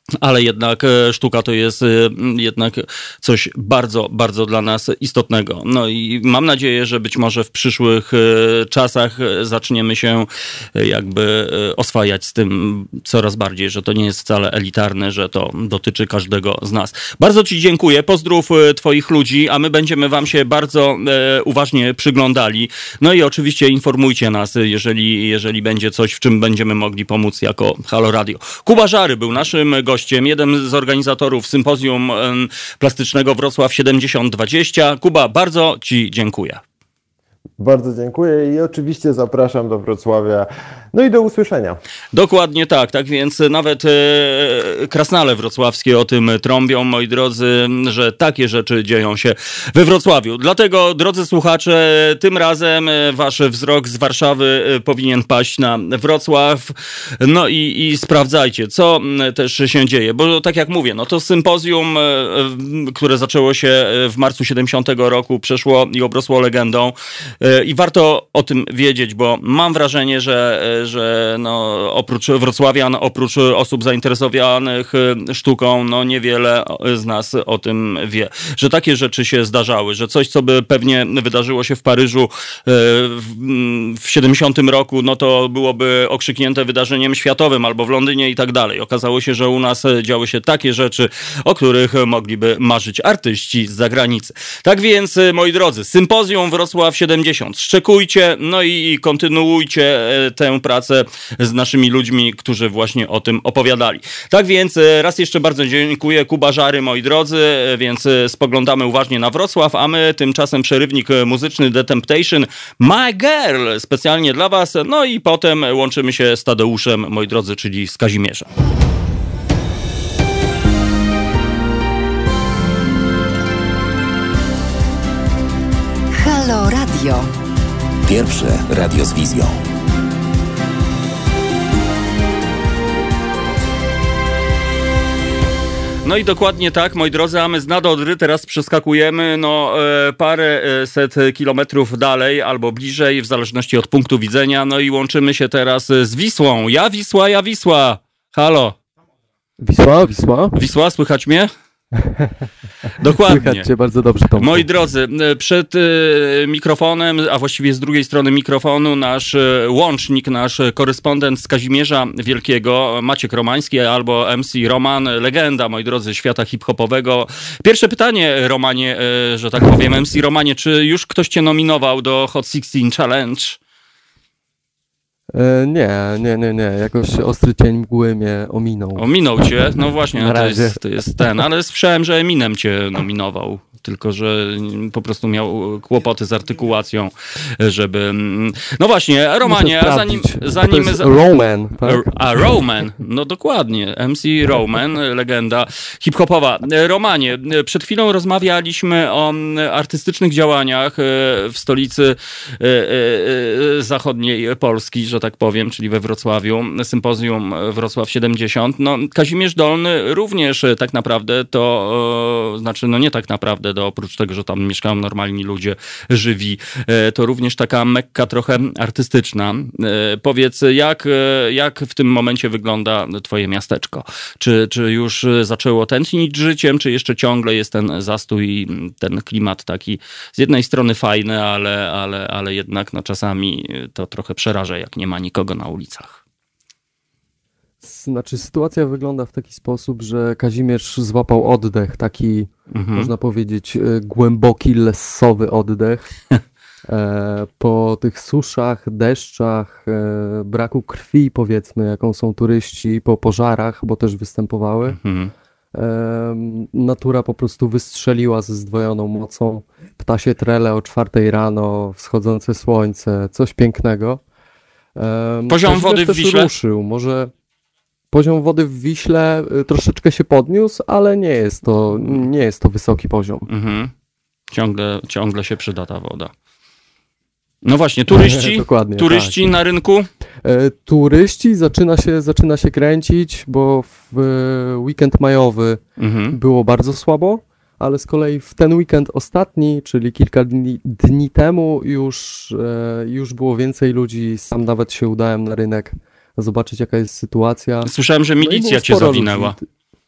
Ale jednak sztuka to jest jednak coś bardzo, bardzo dla nas istotnego. No i mam nadzieję, że być może w przyszłych czasach zaczniemy się jakby oswajać z tym coraz bardziej, że to nie jest wcale elitarne, że to dotyczy każdego z nas. Bardzo ci dziękuję, pozdrów twoich ludzi, a my będziemy wam się bardzo uważnie przyglądali. No i oczywiście informujcie nas, jeżeli będzie coś, w czym będziemy mogli pomóc jako Halo Radio. Kuba Żary był naszym gościem, jeden z organizatorów sympozjum plastycznego Wrocław 7020. Kuba, bardzo ci dziękuję. Bardzo dziękuję i oczywiście zapraszam do Wrocławia. No i do usłyszenia. Dokładnie tak, tak więc nawet krasnale wrocławskie o tym trąbią, moi drodzy, że takie rzeczy dzieją się we Wrocławiu. Dlatego, drodzy słuchacze, tym razem wasz wzrok z Warszawy powinien paść na Wrocław. No i sprawdzajcie, co też się dzieje, bo tak jak mówię, no to sympozjum, które zaczęło się w marcu 70 roku, przeszło i obrosło legendą. I warto o tym wiedzieć, bo mam wrażenie, że no, oprócz wrocławian, oprócz osób zainteresowanych sztuką, no niewiele z nas o tym wie. Że takie rzeczy się zdarzały, że coś, co by pewnie wydarzyło się w Paryżu w 70 roku, no to byłoby okrzyknięte wydarzeniem światowym albo w Londynie i tak dalej. Okazało się, że u nas działy się takie rzeczy, o których mogliby marzyć artyści z zagranicy. Tak więc, moi drodzy, sympozjum Wrocław 70. Szczekujcie, no i kontynuujcie tę pracę z naszymi ludźmi, którzy właśnie o tym opowiadali. Tak więc raz jeszcze bardzo dziękuję. Kuba Żary, moi drodzy, więc spoglądamy uważnie na Wrocław, a my tymczasem przerywnik muzyczny The Temptation, My Girl, specjalnie dla was, no i potem łączymy się z Tadeuszem, moi drodzy, czyli z Kazimierzem. Halo Radio. Pierwsze radio z wizją. No i dokładnie tak, moi drodzy, a my z Nadodry teraz przeskakujemy parę set kilometrów dalej albo bliżej, w zależności od punktu widzenia, no i łączymy się teraz z Wisłą. Ja Wisła. Halo. Wisła, słychać mnie? Dokładnie. Słychać cię bardzo dobrze, Tomku. Moi drodzy, przed mikrofonem, a właściwie z drugiej strony mikrofonu, nasz łącznik, nasz korespondent z Kazimierza Wielkiego, Maciek Romański albo MC Roman, legenda, moi drodzy, świata hip-hopowego. Pierwsze pytanie, Romanie, że tak powiem, MC Romanie, czy już ktoś cię nominował do Hot 16 Challenge? Nie. Jakoś ostry cień mgły mnie ominął. Ominął cię? No właśnie, to jest ten. Ale słyszałem, że Eminem cię nominował. Tylko że po prostu miał kłopoty z artykułacją, żeby... No właśnie, Romanie, a zanim... To jest Roman, tak? A Roman, no dokładnie, MC Roman, legenda hip-hopowa. Romanie, przed chwilą rozmawialiśmy o artystycznych działaniach w stolicy zachodniej Polski, że tak powiem, czyli we Wrocławiu, sympozjum Wrocław 70. No, Kazimierz Dolny również tak naprawdę to, znaczy no nie tak naprawdę, oprócz tego, że tam mieszkają normalni ludzie, żywi, to również taka Mekka trochę artystyczna. Powiedz, jak w tym momencie wygląda twoje miasteczko? Czy już zaczęło tętnić życiem, czy jeszcze ciągle jest ten zastój i ten klimat taki z jednej strony fajny, ale jednak no, czasami to trochę przeraża, jak nie ma nikogo na ulicach? Znaczy, sytuacja wygląda w taki sposób, że Kazimierz złapał oddech, taki, można powiedzieć, głęboki, lessowy oddech. Po tych suszach, deszczach, braku krwi, powiedzmy, jaką są turyści, po pożarach, bo też występowały. Natura po prostu wystrzeliła ze zdwojoną mocą. Ptasie trele o 4 rano, wschodzące słońce, coś pięknego. Poziom wody w Wiśle? Ruszył. Może poziom wody w Wiśle troszeczkę się podniósł, ale nie jest to wysoki poziom. Ciągle się przyda ta woda. No właśnie, turyści tak. Na rynku? Turyści zaczyna się kręcić, bo w weekend majowy było bardzo słabo, ale z kolei w ten weekend ostatni, czyli kilka dni temu już było więcej ludzi. Sam nawet się udałem na rynek zobaczyć, jaka jest sytuacja. Słyszałem, że milicja cię zawinęła.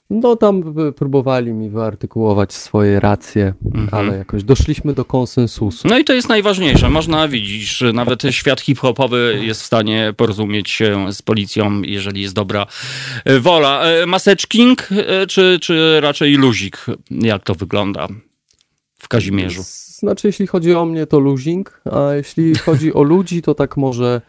No tam próbowali mi wyartykułować swoje racje, ale jakoś doszliśmy do konsensusu. No i to jest najważniejsze. Można, widzisz, nawet świat hip-hopowy jest w stanie porozumieć się z policją, jeżeli jest dobra wola. Maseczking czy raczej luzik? Jak to wygląda w Kazimierzu? Znaczy, jeśli chodzi o mnie, to luzing, a jeśli chodzi o ludzi, to tak może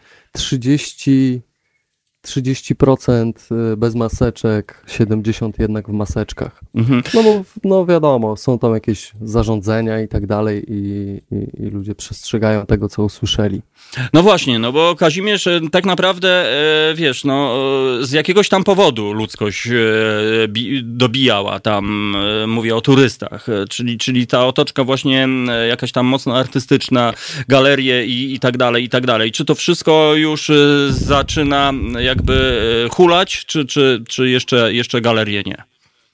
30% bez maseczek, 70% jednak w maseczkach. No bo no wiadomo, są tam jakieś zarządzenia i tak dalej i ludzie przestrzegają tego, co usłyszeli. No właśnie, no bo Kazimierz tak naprawdę, wiesz, no z jakiegoś tam powodu ludzkość dobijała tam, mówię o turystach, czyli ta otoczka właśnie jakaś tam mocno artystyczna, galerie i tak dalej, i tak dalej. Czy to wszystko już zaczyna jakby hulać, czy jeszcze galerie nie?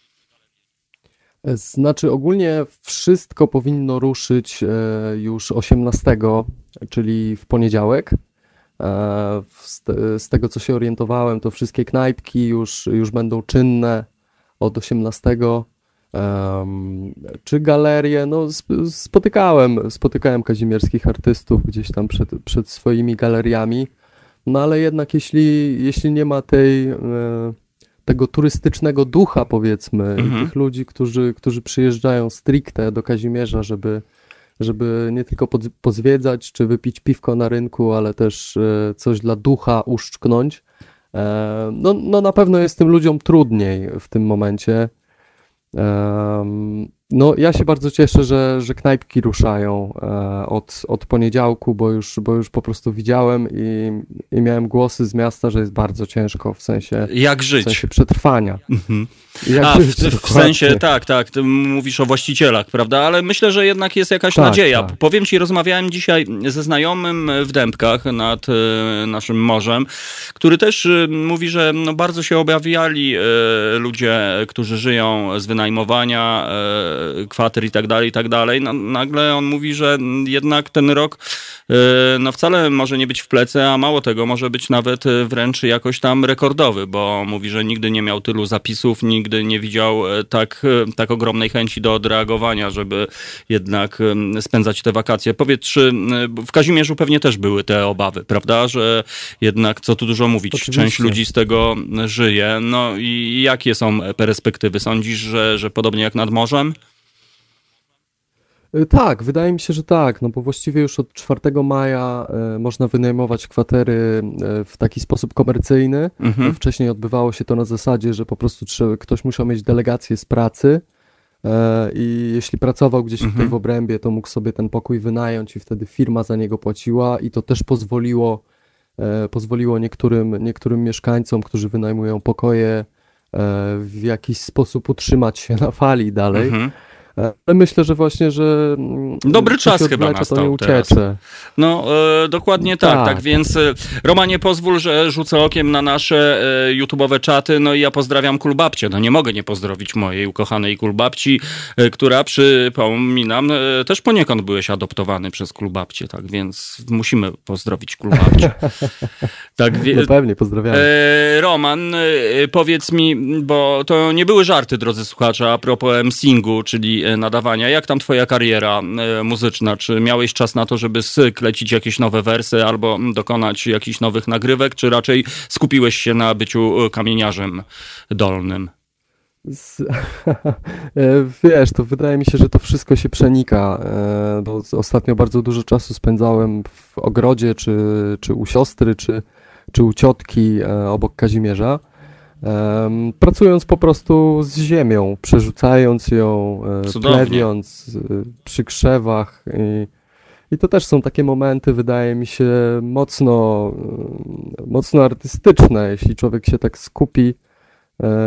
Znaczy ogólnie wszystko powinno ruszyć już 18, czyli w poniedziałek. Z tego, co się orientowałem, to wszystkie knajpki już będą czynne od 18. Czy galerie? No spotykałem kazimierskich artystów gdzieś tam przed swoimi galeriami, no ale jednak jeśli nie ma tego turystycznego ducha, powiedzmy, i tych ludzi, którzy przyjeżdżają stricte do Kazimierza, żeby nie tylko pozwiedzać, czy wypić piwko na rynku, ale też coś dla ducha uszczknąć, no na pewno jest tym ludziom trudniej w tym momencie. No ja się bardzo cieszę, że knajpki ruszają od poniedziałku, bo już po prostu widziałem i miałem głosy z miasta, że jest bardzo ciężko w sensie... Jak żyć? W sensie przetrwania. W sensie, tak, ty mówisz o właścicielach, prawda? Ale myślę, że jednak jest jakaś nadzieja. Tak. Powiem ci, rozmawiałem dzisiaj ze znajomym w Dębkach nad naszym morzem, który też mówi, że no bardzo się obawiali ludzie, którzy żyją z wynajmowania kwater i tak dalej. No, nagle on mówi, że jednak ten rok no wcale może nie być w plecy, a mało tego, może być nawet wręcz jakoś tam rekordowy, bo mówi, że nigdy nie miał tylu zapisów, nigdy nie widział tak ogromnej chęci do odreagowania, żeby jednak spędzać te wakacje. Powiedz, czy w Kazimierzu pewnie też były te obawy, prawda, że jednak, co tu dużo mówić, oczywiście, część ludzi z tego żyje. No i jakie są perspektywy? Sądzisz, że podobnie jak nad morzem? Tak, wydaje mi się, że tak, no bo właściwie już od 4 maja można wynajmować kwatery w taki sposób komercyjny. Wcześniej odbywało się to na zasadzie, że po prostu ktoś musiał mieć delegację z pracy i jeśli pracował gdzieś tutaj w obrębie, to mógł sobie ten pokój wynająć i wtedy firma za niego płaciła i to też pozwoliło niektórym mieszkańcom, którzy wynajmują pokoje, w jakiś sposób utrzymać się na fali dalej. Ale myślę, że właśnie, że dobry czas chyba nastał to nie uciecze. Teraz. No, dokładnie tak. Więc Romanie, pozwól, że rzucę okiem na nasze YouTube'owe czaty, no i ja pozdrawiam Kulbabcię. No nie mogę nie pozdrowić mojej ukochanej Kulbabci, która, przypominam, też poniekąd byłeś adoptowany przez Kulbabcię, tak więc musimy pozdrowić Kulbabcię. Tak, no pewnie, pozdrawiam. Roman, powiedz mi, bo to nie były żarty, drodzy słuchacze, a propos emsingu, czyli nadawania. Jak tam twoja kariera muzyczna? Czy miałeś czas na to, żeby sklecić jakieś nowe wersy albo dokonać jakichś nowych nagrywek, czy raczej skupiłeś się na byciu kamieniarzem dolnym? Wiesz, to wydaje mi się, że to wszystko się przenika, bo ostatnio bardzo dużo czasu spędzałem w ogrodzie, czy u siostry, czy u ciotki obok Kazimierza. Pracując po prostu z ziemią, przerzucając ją, plewiąc przy krzewach i to też są takie momenty, wydaje mi się, mocno artystyczne. Jeśli człowiek się tak skupi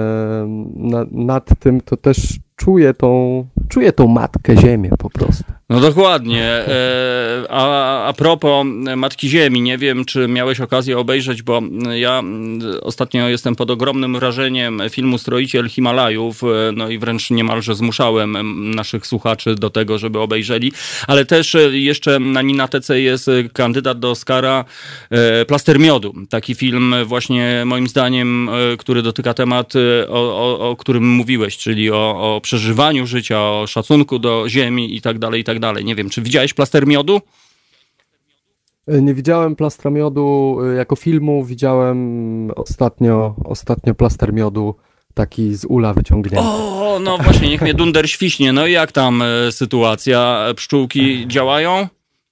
nad tym, to też czuje tą matkę ziemię po prostu. No dokładnie. A propos Matki Ziemi, nie wiem, czy miałeś okazję obejrzeć, bo ja ostatnio jestem pod ogromnym wrażeniem filmu Stroiciel Himalajów, no i wręcz niemalże zmuszałem naszych słuchaczy do tego, żeby obejrzeli, ale też jeszcze na Ninatece jest kandydat do Oscara Plaster Miodu. Taki film właśnie moim zdaniem, który dotyka temat, o którym mówiłeś, czyli o przeżywaniu życia, o szacunku do ziemi i tak dalej, i tak dalej. Nie wiem, czy widziałeś Plaster Miodu? Nie widziałem Plastra Miodu jako filmu, widziałem ostatnio Plaster Miodu taki z ula wyciągnięty. O, no właśnie, niech mnie dunder świśnie. No i jak tam sytuacja? Pszczółki działają?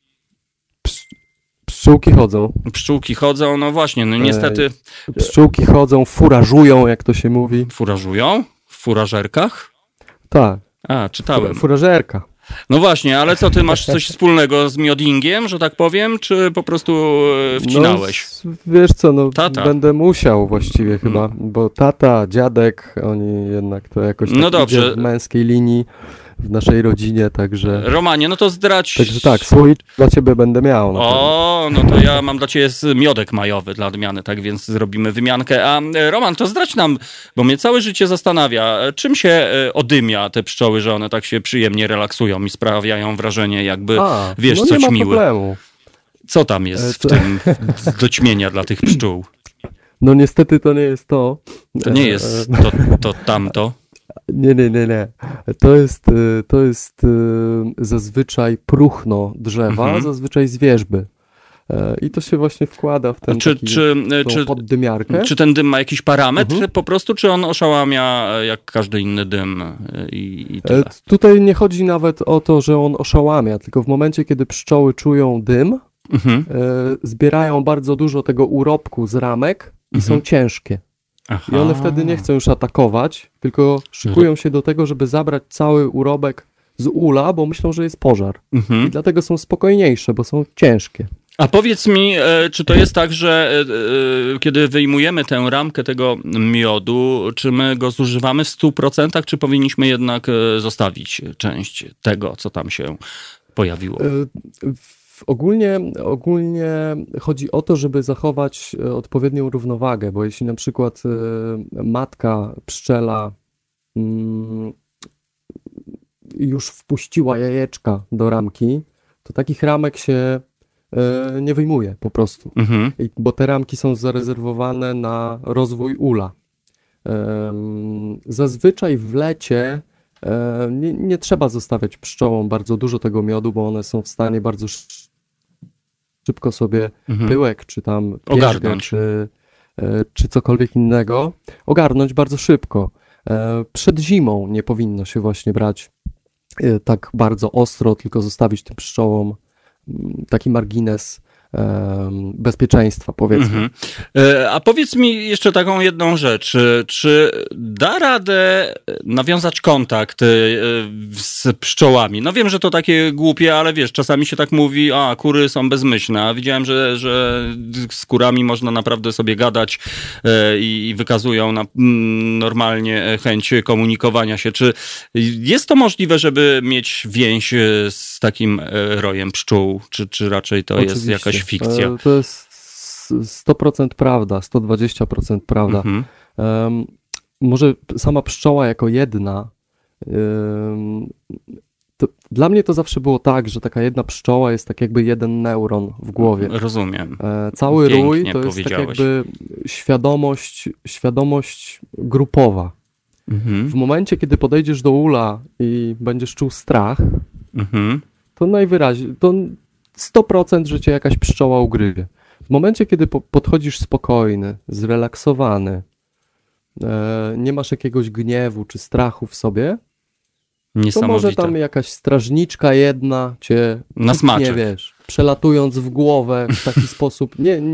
Pszczółki chodzą. Pszczółki chodzą, no właśnie, no niestety... Pszczółki chodzą, furażują, jak to się mówi. Furażują? W furażerkach? Tak. A, czytałem. Furażerka. No właśnie, ale co, ty masz coś wspólnego z miodingiem, że tak powiem, czy po prostu wcinałeś? No, wiesz co, no Tata. będę musiał właściwie chyba, bo tata, dziadek, oni jednak to jakoś tak No dobrze. idzie w męskiej linii w naszej rodzinie, także... Romanie, no to zdradź... Także tak, słoik dla ciebie będę miał. O, no to ja mam dla ciebie miodek majowy dla odmiany, tak więc zrobimy wymiankę. A Roman, to zdradź nam, bo mnie całe życie zastanawia, czym się odymia te pszczoły, że one tak się przyjemnie relaksują i sprawiają wrażenie, jakby, wiesz, no coś nie ma miłe. problemu. Co tam jest w tym do ćmienia dla tych pszczół? No niestety to nie jest to. To nie jest to tamto. Nie. To jest zazwyczaj próchno drzewa, zazwyczaj z wierzby. I to się właśnie wkłada w ten tą poddymiarkę. Czy ten dym ma jakiś parametr po prostu, czy on oszałamia jak każdy inny dym i tyle? Tutaj nie chodzi nawet o to, że on oszałamia, tylko w momencie, kiedy pszczoły czują dym, zbierają bardzo dużo tego urobku z ramek i są ciężkie. Aha. I one wtedy nie chcą już atakować, tylko szykują się do tego, żeby zabrać cały urobek z ula, bo myślą, że jest pożar. I dlatego są spokojniejsze, bo są ciężkie. A powiedz mi, czy to jest tak, że kiedy wyjmujemy tę ramkę tego miodu, czy my go zużywamy w 100%, czy powinniśmy jednak zostawić część tego, co tam się pojawiło? Ogólnie chodzi o to, żeby zachować odpowiednią równowagę, bo jeśli na przykład matka pszczela już wpuściła jajeczka do ramki, to takich ramek się nie wyjmuje po prostu, bo te ramki są zarezerwowane na rozwój ula. Zazwyczaj w lecie nie trzeba zostawiać pszczołom bardzo dużo tego miodu, bo one są w stanie bardzo szybko sobie pyłek, czy tam pierzgę, czy cokolwiek innego ogarnąć bardzo szybko. Przed zimą nie powinno się właśnie brać tak bardzo ostro, tylko zostawić tym pszczołom taki margines bezpieczeństwa, powiedzmy. A powiedz mi jeszcze taką jedną rzecz. Czy da radę nawiązać kontakt z pszczołami? No wiem, że to takie głupie, ale wiesz, czasami się tak mówi, a kury są bezmyślne. A widziałem, że z kurami można naprawdę sobie gadać i wykazują normalnie chęć komunikowania się. Czy jest to możliwe, żeby mieć więź z takim rojem pszczół? Czy raczej to jest jakaś fikcja? To jest 100% prawda, 120% prawda. Może sama pszczoła jako jedna, dla mnie to zawsze było tak, że taka jedna pszczoła jest tak jakby jeden neuron w głowie. Rozumiem. Cały Pięknie rój to jest tak jakby świadomość grupowa. W momencie, kiedy podejdziesz do ula i będziesz czuł strach, to najwyraźniej, to 100% że cię jakaś pszczoła ugryzie. W momencie, kiedy podchodzisz spokojny, zrelaksowany, nie masz jakiegoś gniewu czy strachu w sobie, to może tam jakaś strażniczka jedna cię na smaczek, nie wiesz, przelatując w głowę w taki sposób,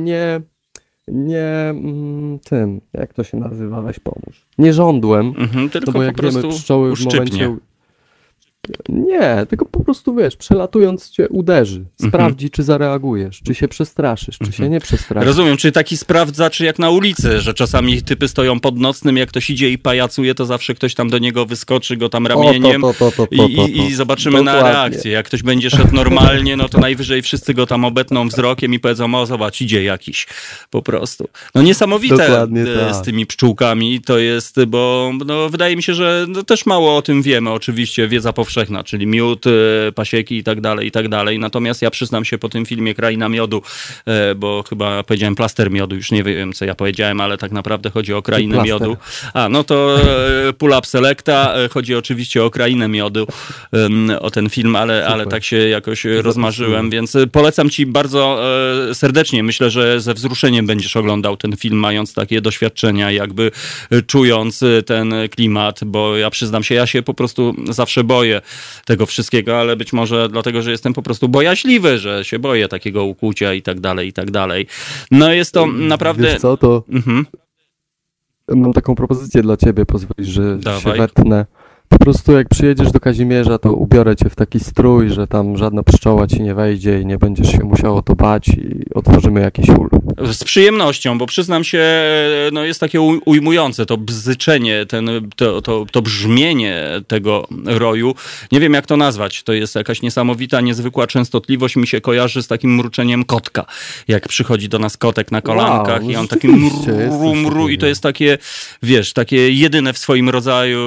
tym, jak to się nazywa, weź pomóż. Nie żądłem, tylko bo jak po prostu wiemy, pszczoły w momencie Nie, tylko po prostu wiesz, przelatując cię uderzy. Sprawdzi, czy zareagujesz, czy się przestraszysz, czy się nie przestraszysz. Rozumiem, czyli taki sprawdzacz jak na ulicy, że czasami typy stoją pod nocnym, jak ktoś idzie i pajacuje, to zawsze ktoś tam do niego wyskoczy, go tam ramieniem i zobaczymy na reakcję. Jak ktoś będzie szedł normalnie, no to najwyżej wszyscy go tam obetną wzrokiem i powiedzą, o zobacz, idzie jakiś po prostu. No niesamowite z tymi pszczółkami to jest, bo no, wydaje mi się, że no, też mało o tym wiemy, oczywiście, wiedza powszechna, czyli miód, pasieki i tak dalej. Natomiast ja przyznam się po tym filmie Kraina Miodu, bo chyba powiedziałem plaster miodu, już nie wiem, co ja powiedziałem, ale tak naprawdę chodzi o Krainę Miodu. A, no to Pull Up Selecta, chodzi oczywiście o Krainę Miodu, o ten film, ale tak się jakoś rozmarzyłem, więc polecam ci bardzo serdecznie. Myślę, że ze wzruszeniem będziesz oglądał ten film, mając takie doświadczenia, jakby czując ten klimat, bo ja przyznam się, ja się po prostu zawsze boję tego wszystkiego, ale być może dlatego, że jestem po prostu bojaźliwy, że się boję takiego ukłucia i tak dalej. No jest to naprawdę... Wiesz co, to mam taką propozycję dla ciebie, pozwolisz, że się wetnę. Po prostu jak przyjedziesz do Kazimierza, to ubiorę cię w taki strój, że tam żadna pszczoła ci nie wejdzie i nie będziesz się musiał o to bać i otworzymy jakiś ul. Z przyjemnością, bo przyznam się, no jest takie ujmujące to bzyczenie, to brzmienie tego roju. Nie wiem jak to nazwać, to jest jakaś niesamowita, niezwykła częstotliwość, mi się kojarzy z takim mruczeniem kotka. Jak przychodzi do nas kotek na kolankach i on taki mru i to jest takie, wiesz, takie jedyne w swoim rodzaju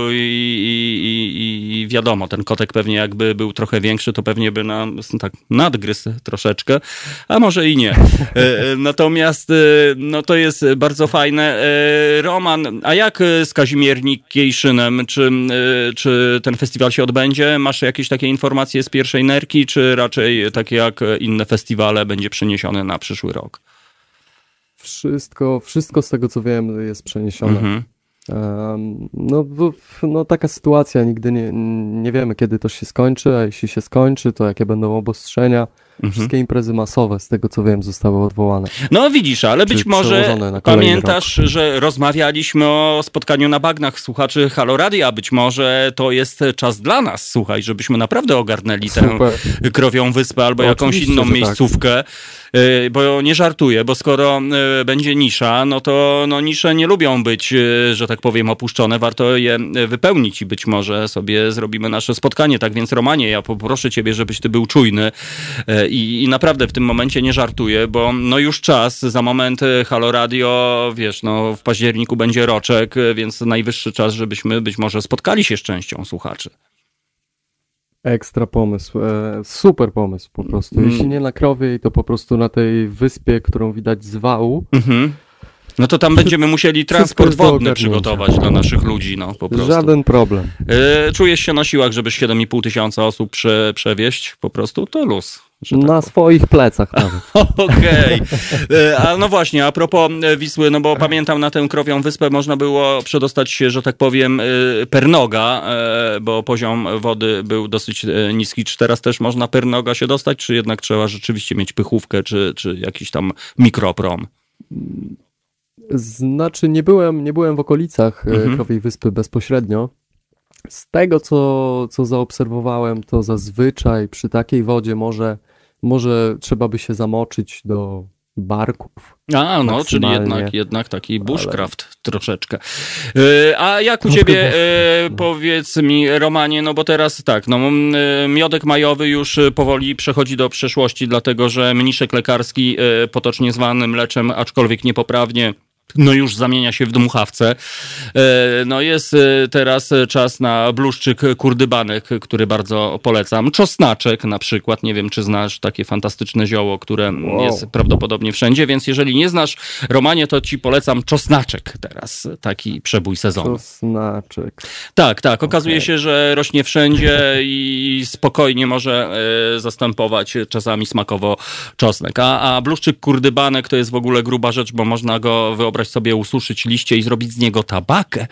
i wiadomo, ten kotek pewnie jakby był trochę większy, to pewnie by tak nadgryzł troszeczkę, a może i nie. Natomiast no to jest bardzo fajne. Roman, a jak z Kazimiernikejszynem? Czy ten festiwal się odbędzie? Masz jakieś takie informacje z pierwszej nerki, czy raczej tak jak inne festiwale będzie przeniesione na przyszły rok? Wszystko z tego co wiem jest przeniesione. No taka sytuacja, nigdy nie wiemy kiedy to się skończy, a jeśli się skończy, to jakie będą obostrzenia. Wszystkie imprezy masowe, z tego co wiem, zostały odwołane. No widzisz, ale być może pamiętasz, że rozmawialiśmy o spotkaniu na bagnach słuchaczy Halo Radia, być może to jest czas dla nas, słuchaj, żebyśmy naprawdę ogarnęli tę Krowią Wyspę albo jakąś inną miejscówkę. Bo nie żartuję, bo skoro będzie nisza, no to nisze nie lubią być, że tak powiem, opuszczone. Warto je wypełnić i być może sobie zrobimy nasze spotkanie. Tak więc Romanie, ja poproszę ciebie, żebyś ty był czujny i naprawdę w tym momencie nie żartuję, bo no już czas, za moment Halo Radio, wiesz, no w październiku będzie roczek, więc najwyższy czas, żebyśmy być może spotkali się z częścią słuchaczy. Ekstra pomysł, super pomysł po prostu. Jeśli nie na Krowiej, to po prostu na tej wyspie, którą widać z wału. No to tam będziemy musieli transport wodny przygotować dla naszych ludzi, no po prostu. Żaden problem. Czujesz się na siłach, żeby 7,5 tysiąca osób przewieźć po prostu? To luz. Na swoich plecach nawet. Okej. A no właśnie, a propos Wisły, no bo pamiętam na tę Krowią Wyspę można było przedostać się, że tak powiem, per noga, bo poziom wody był dosyć niski. Czy teraz też można per noga się dostać, czy jednak trzeba rzeczywiście mieć pychówkę, czy jakiś tam mikroprom? Znaczy nie byłem w okolicach Krowiej Wyspy bezpośrednio. Z tego, co zaobserwowałem, to zazwyczaj przy takiej wodzie może trzeba by się zamoczyć do barków. A, no, czyli jednak taki bushcraft troszeczkę. A jak u ciebie, powiedz mi, Romanie, no bo teraz tak, no miodek majowy już powoli przechodzi do przeszłości, dlatego że mniszek lekarski, potocznie zwany mleczem, aczkolwiek niepoprawnie, no już zamienia się w dmuchawce. No jest teraz czas na bluszczyk kurdybanek, który bardzo polecam. Czosnaczek na przykład, nie wiem czy znasz takie fantastyczne zioło, które jest prawdopodobnie wszędzie, więc jeżeli nie znasz, Romanie, to ci polecam czosnaczek teraz, taki przebój sezonu. Czosnaczek. Tak, okazuje się, że rośnie wszędzie i spokojnie może zastępować czasami smakowo czosnek. A bluszczyk kurdybanek to jest w ogóle gruba rzecz, bo można go wyobraź sobie ususzyć liście i zrobić z niego tabakę.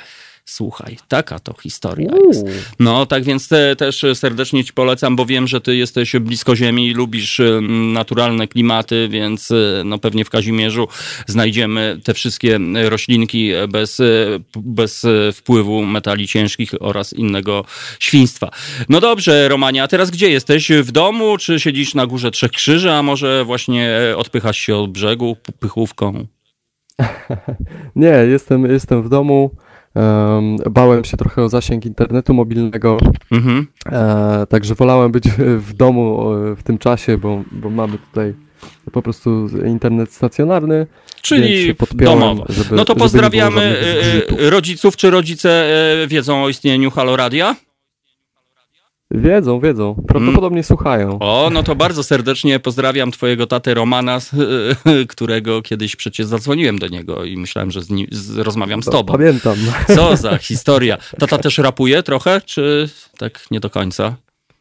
Słuchaj, taka to historia jest. No, tak więc też serdecznie ci polecam, bo wiem, że ty jesteś blisko ziemi i lubisz naturalne klimaty, więc no pewnie w Kazimierzu znajdziemy te wszystkie roślinki bez wpływu metali ciężkich oraz innego świństwa. No dobrze, Romanie, a teraz gdzie jesteś? W domu, czy siedzisz na Górze Trzech Krzyży, a może właśnie odpychasz się od brzegu pychówką? Nie, jestem w domu. Bałem się trochę o zasięg internetu mobilnego, także wolałem być w domu w tym czasie, bo mamy tutaj po prostu internet stacjonarny. Czyli domowo. No to pozdrawiamy rodziców. Czy rodzice wiedzą o istnieniu Halo Radia? Wiedzą. Prawdopodobnie słuchają. O, no to bardzo serdecznie pozdrawiam twojego tatę Romana, którego kiedyś przecież zadzwoniłem do niego i myślałem, że rozmawiam z tobą. Pamiętam. Co za historia. Tata też rapuje trochę, czy tak nie do końca?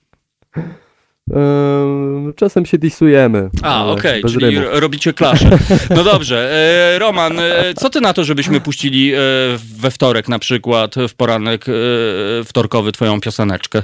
Czasem się disujemy. Okej, czyli robicie klaszę. No dobrze. Roman, co ty na to, żebyśmy puścili we wtorek na przykład, w poranek wtorkowy twoją pioseneczkę?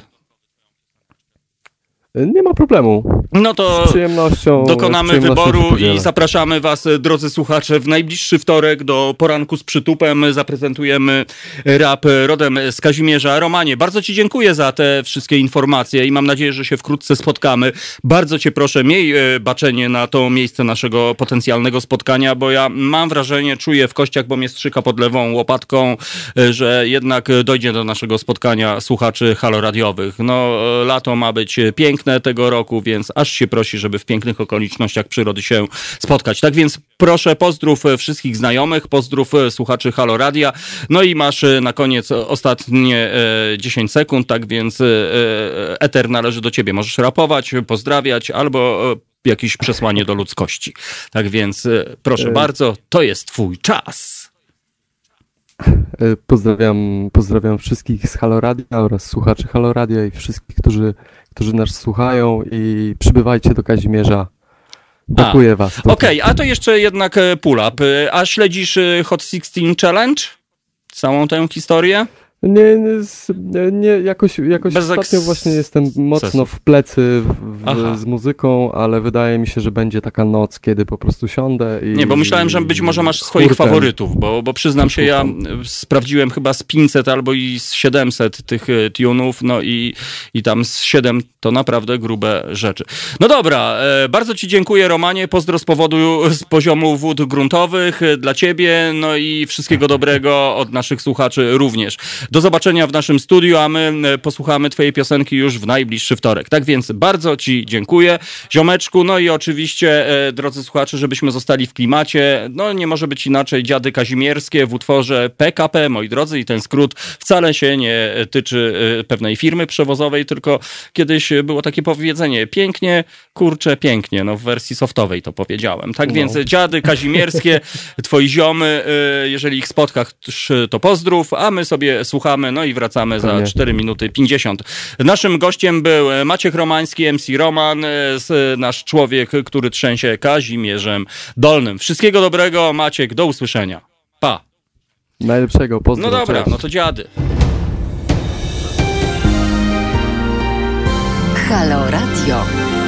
Nie ma problemu. No to z przyjemnością dokonamy wyboru i zapraszamy was, drodzy słuchacze, w najbliższy wtorek do Poranku z Przytupem. Zaprezentujemy rap rodem z Kazimierza. Romanie, bardzo ci dziękuję za te wszystkie informacje i mam nadzieję, że się wkrótce spotkamy. Bardzo cię proszę, miej baczenie na to miejsce naszego potencjalnego spotkania, bo ja mam wrażenie, czuję w kościach, bo mnie strzyka pod lewą łopatką, że jednak dojdzie do naszego spotkania słuchaczy haloradiowych. No, lato ma być piękne tego roku, więc aż się prosi, żeby w pięknych okolicznościach przyrody się spotkać. Tak więc proszę, pozdrów wszystkich znajomych, pozdrów słuchaczy Halo Radia. No i masz na koniec ostatnie 10 sekund, tak więc eter należy do ciebie. Możesz rapować, pozdrawiać albo jakieś przesłanie do ludzkości. Tak więc proszę bardzo, to jest twój czas. Pozdrawiam wszystkich z Halo Radia oraz słuchaczy Halo Radia i wszystkich, którzy nas słuchają i przybywajcie do Kazimierza. Brakuje was. Okej, a to jeszcze jednak pull-up. A śledzisz Hot 16 Challenge? Całą tę historię? Nie, jakoś ostatnio właśnie jestem mocno w plecy z muzyką, ale wydaje mi się, że będzie taka noc, kiedy po prostu siądę i... Nie, bo myślałem, że być może masz swoich faworytów, bo przyznam się, ja sprawdziłem chyba z 500 albo i z 700 tych tunów, no i tam z 7 to naprawdę grube rzeczy. No dobra, bardzo ci dziękuję, Romanie, pozdro z poziomu wód gruntowych dla ciebie, no i wszystkiego dobrego od naszych słuchaczy również. Do zobaczenia w naszym studiu, a my posłuchamy twojej piosenki już w najbliższy wtorek. Tak więc bardzo ci dziękuję, ziomeczku. No i oczywiście, drodzy słuchacze, żebyśmy zostali w klimacie, no nie może być inaczej, Dziady Kazimierskie w utworze PKP, moi drodzy, i ten skrót wcale się nie tyczy pewnej firmy przewozowej, tylko kiedyś było takie powiedzenie, pięknie, kurczę, pięknie, no w wersji softowej to powiedziałem. Tak więc Dziady Kazimierskie, twoi ziomy, jeżeli ich spotkasz, to pozdrów, a my sobie słuchamy, no i wracamy za 4 minuty 50. Naszym gościem był Maciek Romański, MC Roman, nasz człowiek, który trzęsie Kazimierzem Dolnym. Wszystkiego dobrego, Maciek, do usłyszenia. Pa. Najlepszego, pozdro. No dobra, cześć. no to dziady. Halo Radio.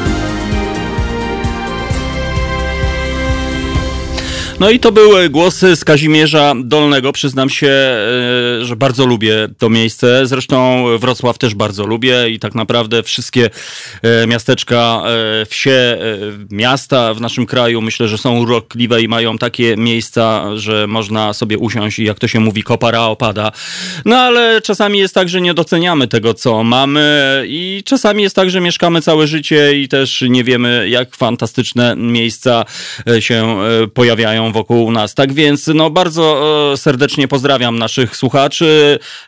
No i to był głos z Kazimierza Dolnego. Przyznam się, że bardzo lubię to miejsce. Zresztą Wrocław też bardzo lubię i tak naprawdę wszystkie miasteczka, wsie, miasta w naszym kraju myślę, że są urokliwe i mają takie miejsca, że można sobie usiąść i jak to się mówi, kopara opada. No ale czasami jest tak, że nie doceniamy tego, co mamy i czasami jest tak, że mieszkamy całe życie i też nie wiemy, jak fantastyczne miejsca się pojawiają wokół nas. Tak więc no bardzo serdecznie pozdrawiam naszych słuchaczy.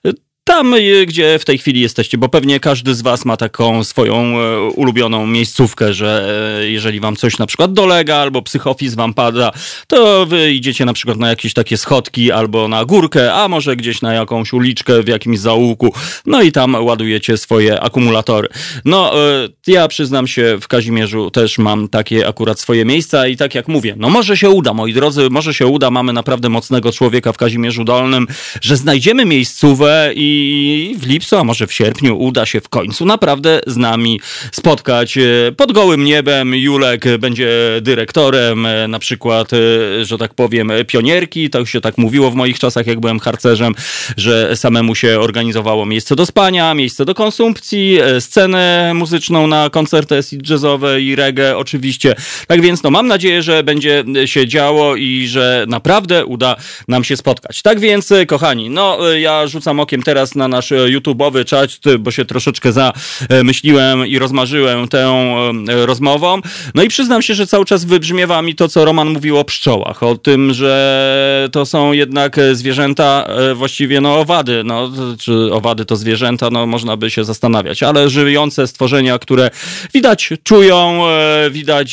tam, gdzie w tej chwili jesteście, bo pewnie każdy z was ma taką swoją ulubioną miejscówkę, że jeżeli wam coś na przykład dolega, albo psychofizm wam pada, to wy idziecie na przykład na jakieś takie schodki, albo na górkę, a może gdzieś na jakąś uliczkę w jakimś zaułku, no i tam ładujecie swoje akumulatory. No, ja przyznam się, w Kazimierzu też mam takie akurat swoje miejsca i tak jak mówię, no może się uda, moi drodzy, może się uda, mamy naprawdę mocnego człowieka w Kazimierzu Dolnym, że znajdziemy miejscówę i w lipcu, a może w sierpniu uda się w końcu naprawdę z nami spotkać. Pod gołym niebem Julek będzie dyrektorem, na przykład, że tak powiem, pionierki, to się tak mówiło w moich czasach, jak byłem harcerzem, że samemu się organizowało miejsce do spania, miejsce do konsumpcji, scenę muzyczną na koncerty jazzowe i reggae oczywiście. Tak więc no mam nadzieję, że będzie się działo i że naprawdę uda nam się spotkać. Tak więc, kochani, no ja rzucam okiem teraz na nasz YouTube'owy czat, bo się troszeczkę zamyśliłem i rozmarzyłem tą rozmową. No i przyznam się, że cały czas wybrzmiewa mi to, co Roman mówił o pszczołach, o tym, że to są jednak zwierzęta, właściwie no owady, no czy owady to zwierzęta, no można by się zastanawiać, ale żyjące stworzenia, które widać, czują, widać,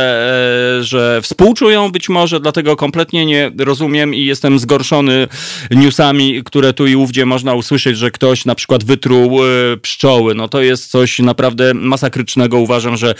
że współczują być może, dlatego kompletnie nie rozumiem i jestem zgorszony newsami, które tu i ówdzie można usłyszeć, że ktoś na przykład wytruł pszczoły. No to jest coś naprawdę masakrycznego. Uważam, że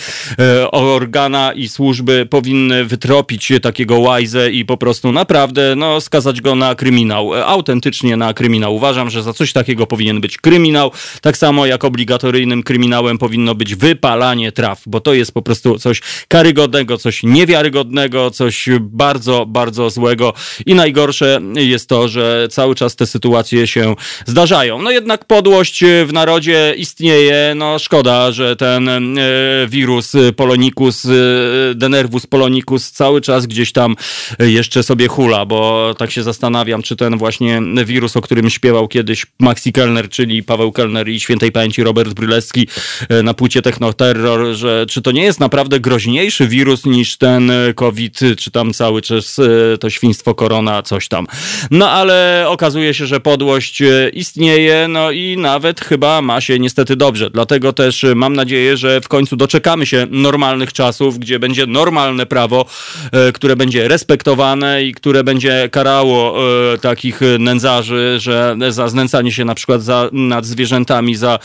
organa i służby powinny wytropić takiego łajzę i po prostu naprawdę no, skazać go na kryminał. Autentycznie na kryminał. Uważam, że za coś takiego powinien być kryminał. Tak samo jak obligatoryjnym kryminałem powinno być wypalanie traw, bo to jest po prostu coś karygodnego, coś niewiarygodnego, coś bardzo, bardzo złego i najgorsze jest to, że cały czas te sytuacje się zdarzają. No jednak podłość w narodzie istnieje, no szkoda, że ten wirus Polonicus, Denervus Polonicus cały czas gdzieś tam jeszcze sobie hula, bo tak się zastanawiam, czy ten właśnie wirus, o którym śpiewał kiedyś Maxi Kellner, czyli Paweł Kellner i świętej pamięci Robert Brylewski na płycie Technoterror, że czy to nie jest naprawdę groźniejszy wirus niż ten COVID, czy tam cały czas to świństwo korona, coś tam. No ale okazuje się, że podłość istnieje, no i nawet chyba ma się niestety dobrze. Dlatego też mam nadzieję, że w końcu doczekamy się normalnych czasów, gdzie będzie normalne prawo, które będzie respektowane i które będzie karało takich nędzarzy, że za znęcanie się na przykład nad zwierzętami, za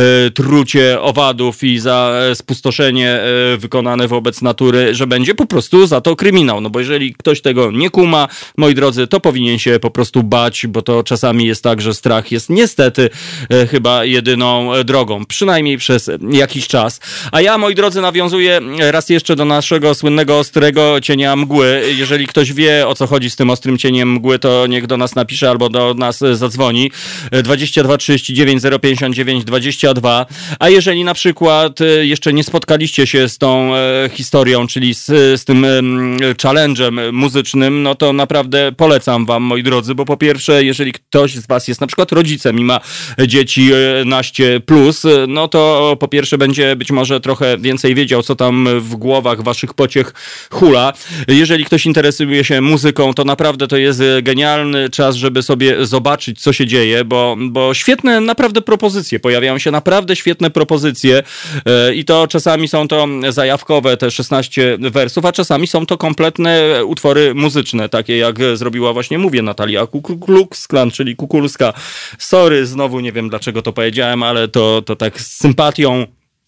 trucie owadów i za spustoszenie wykonane wobec natury, że będzie po prostu za to kryminał. No bo jeżeli ktoś tego nie kuma, moi drodzy, to powinien się po prostu bać, bo to czasami jest tak, że strach jest niestety chyba jedyną drogą, przynajmniej przez jakiś czas. A ja, moi drodzy, nawiązuję raz jeszcze do naszego słynnego ostrego cienia mgły. Jeżeli ktoś wie, o co chodzi z tym ostrym cieniem mgły, to niech do nas napisze albo do nas zadzwoni. 22 39 059 22. A jeżeli na przykład jeszcze nie spotkaliście się z tą historią, czyli z tym challenge'em muzycznym, no to naprawdę polecam wam, moi drodzy, bo po pierwsze, jeżeli ktoś z was jest na przykład rodzicem i ma dzieci naście plus, no to po pierwsze będzie być może trochę więcej wiedział, co tam w głowach waszych pociech hula. Jeżeli ktoś interesuje się muzyką, to naprawdę to jest genialny czas, żeby sobie zobaczyć, co się dzieje, bo świetne naprawdę propozycje, pojawiają się naprawdę świetne propozycje i to czasami są to zajawkowe, te 16 wersów, a czasami są to kompletne utwory muzyczne, takie jak zrobiła właśnie, mówię, Natalia Kukluxklan, czyli Kukulska. Sorry, znowu nie wiem, dlaczego to powiedziałem, ale to tak z sympatią.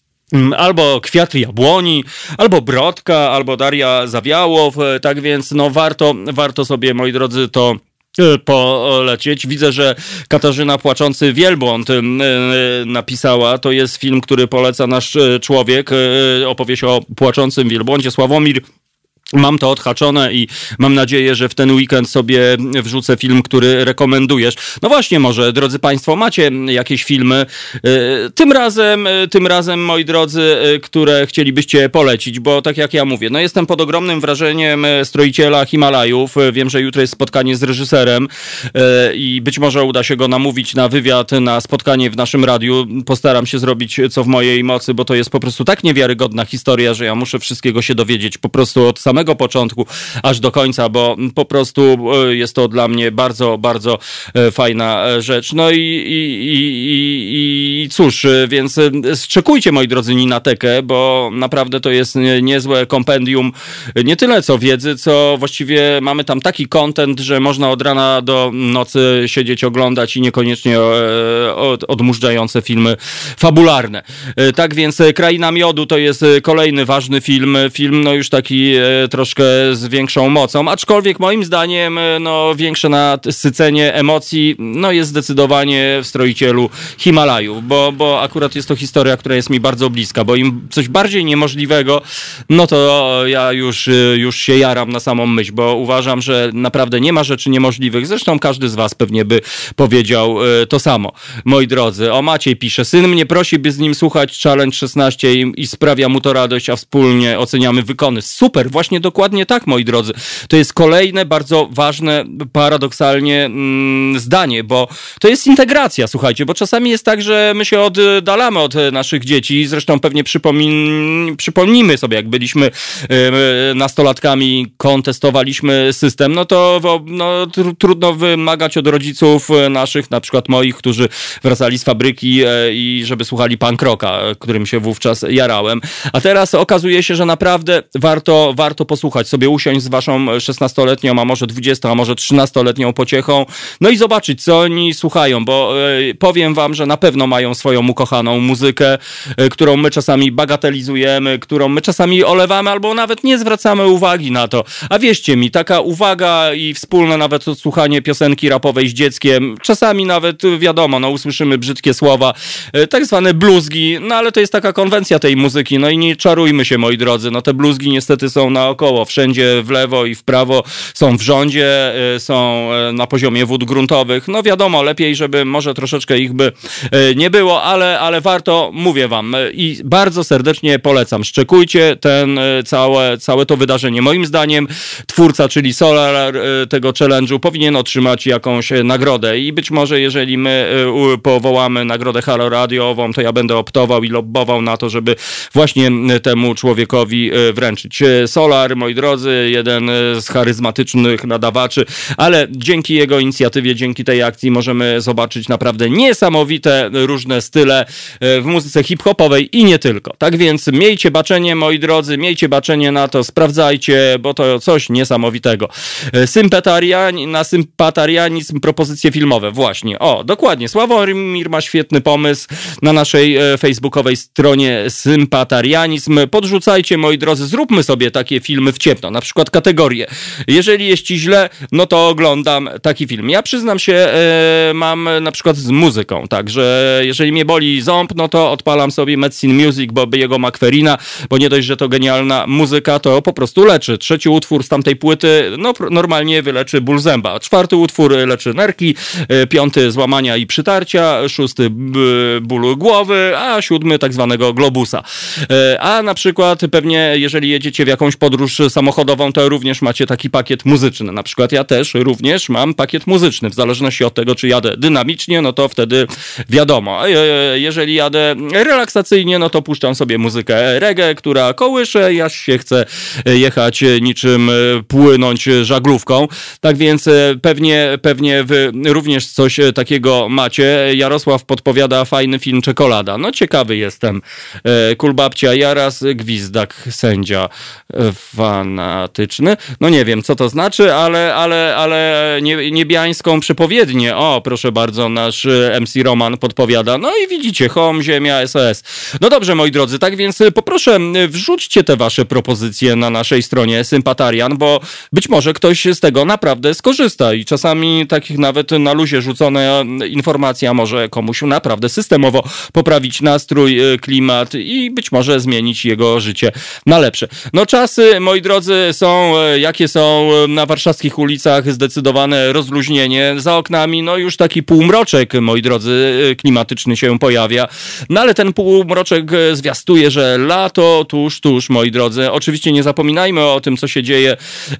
Albo Kwiat Jabłoni, albo Brodka, albo Daria Zawiałow, tak więc no warto sobie, moi drodzy, to polecieć. Widzę, że Katarzyna Płaczący Wielbłąd napisała, to jest film, który poleca nasz człowiek, opowieść o płaczącym wielbłądzie. Sławomir, mam to odhaczone i mam nadzieję, że w ten weekend sobie wrzucę film, który rekomendujesz. No właśnie, może, drodzy państwo, macie jakieś filmy, tym razem, moi drodzy, które chcielibyście polecić, bo tak jak ja mówię, no jestem pod ogromnym wrażeniem Stroiciela Himalajów. Wiem, że jutro jest spotkanie z reżyserem i być może uda się go namówić na wywiad, na spotkanie w naszym radiu. Postaram się zrobić co w mojej mocy, bo to jest po prostu tak niewiarygodna historia, że ja muszę wszystkiego się dowiedzieć po prostu od samego samego początku aż do końca, bo po prostu jest to dla mnie bardzo, bardzo fajna rzecz. No i cóż, więc czekujcie, moi drodzy, Ninatekę, bo naprawdę to jest niezłe kompendium, nie tyle co wiedzy, co właściwie mamy tam taki content, że można od rana do nocy siedzieć, oglądać i niekoniecznie odmurzające filmy fabularne. Tak więc Kraina Miodu to jest kolejny ważny film no już taki troszkę z większą mocą, aczkolwiek moim zdaniem no większe nasycenie emocji no jest zdecydowanie w Stroicielu Himalajów, bo akurat jest to historia, która jest mi bardzo bliska, bo im coś bardziej niemożliwego, no to ja już się jaram na samą myśl, bo uważam, że naprawdę nie ma rzeczy niemożliwych. Zresztą każdy z was pewnie by powiedział to samo. Moi drodzy, o Maciej pisze, syn mnie prosi, by z nim słuchać Challenge 16 i sprawia mu to radość, a wspólnie oceniamy wykony. Super, właśnie dokładnie tak, moi drodzy. To jest kolejne bardzo ważne, paradoksalnie zdanie, bo to jest integracja, słuchajcie, bo czasami jest tak, że my się oddalamy od naszych dzieci, zresztą pewnie przypomnimy sobie, jak byliśmy nastolatkami, kontestowaliśmy system, no to trudno wymagać od rodziców naszych, na przykład moich, którzy wracali z fabryki i żeby słuchali punk rocka, którym się wówczas jarałem. A teraz okazuje się, że naprawdę warto posłuchać, sobie usiąść z waszą 16-letnią, a może 20, a może 13-letnią pociechą, no i zobaczyć, co oni słuchają, bo powiem wam, że na pewno mają swoją ukochaną muzykę, którą my czasami bagatelizujemy, którą my czasami olewamy, albo nawet nie zwracamy uwagi na to. A wierzcie mi, taka uwaga i wspólne nawet odsłuchanie piosenki rapowej z dzieckiem, czasami nawet wiadomo, no usłyszymy brzydkie słowa, tak zwane bluzgi, no ale to jest taka konwencja tej muzyki, no i nie czarujmy się, moi drodzy, no te bluzgi niestety są naokoło, wszędzie w lewo i w prawo, są w rządzie, są na poziomie wód gruntowych, no wiadomo, lepiej, żeby może troszeczkę ich by nie było, ale warto, mówię wam i bardzo serdecznie polecam, szczekujcie całe to wydarzenie. Moim zdaniem twórca, czyli Solar tego challenge'u powinien otrzymać jakąś nagrodę i być może jeżeli my powołamy nagrodę Halo Radiową, to ja będę optował i lobbował na to, żeby właśnie temu człowiekowi wręczyć. Solar, moi drodzy, jeden z charyzmatycznych nadawaczy, ale dzięki jego inicjatywie, dzięki tej akcji możemy zobaczyć naprawdę niesamowite różne style w muzyce hip-hopowej i nie tylko. Tak więc miejcie baczenie, moi drodzy, miejcie baczenie na to, sprawdzajcie, bo to coś niesamowitego. Na sympatarianizm propozycje filmowe, właśnie. O, dokładnie. Sławomir ma świetny pomysł na naszej facebookowej stronie Sympatarianizm. Podrzucajcie, moi drodzy, zróbmy sobie takie filmy w ciemno, na przykład kategorie. Jeżeli jest ci źle, no to oglądam taki film. Ja przyznam się, mam na przykład z muzyką, także jeżeli mnie boli ząb, no to odpalam sobie Medicine Music, bo jego Macferina, bo nie dość, że to genialna muzyka, to po prostu leczy. 3. utwór z tamtej płyty, no normalnie wyleczy ból zęba. 4. utwór leczy nerki, 5. złamania i przytarcia, 6. bólu głowy, a 7. tak zwanego globusa. A na przykład pewnie, jeżeli jedziecie w jakąś podróż samochodową, to również macie taki pakiet muzyczny. Na przykład ja też również mam pakiet muzyczny, w zależności od tego, czy jadę dynamicznie, no to wtedy wiadomo. Jeżeli jadę relaksacyjnie, no to puszczam sobie muzykę reggae, która kołysze, ja się chcę jechać niczym płynąć żaglówką. Tak więc pewnie wy również coś takiego macie. Jarosław podpowiada fajny film Czekolada. No ciekawy jestem. Kulbabcia Jaras, gwizdak sędzia fanatyczny. No nie wiem, co to znaczy, ale niebiańską przepowiednię. O, proszę bardzo, nasz MC Roman podpowiada. No i widzicie, Home, Ziemia, SOS. No dobrze, moi drodzy, tak więc poproszę, wrzućcie te wasze propozycje na naszej stronie Sympatarian, bo być może ktoś z tego naprawdę skorzysta i czasami takich nawet na luzie rzucone informacja może komuś naprawdę systemowo poprawić nastrój, klimat i być może zmienić jego życie na lepsze. No czasy, moi drodzy, są jakie są na warszawskich ulicach, zdecydowane rozluźnienie. Za oknami, no już taki półmroczek, moi drodzy, klimatyczny się pojawia. No ale ten półmroczek zwiastuje, że lato tuż, moi drodzy. Oczywiście nie zapominajmy o tym, co się dzieje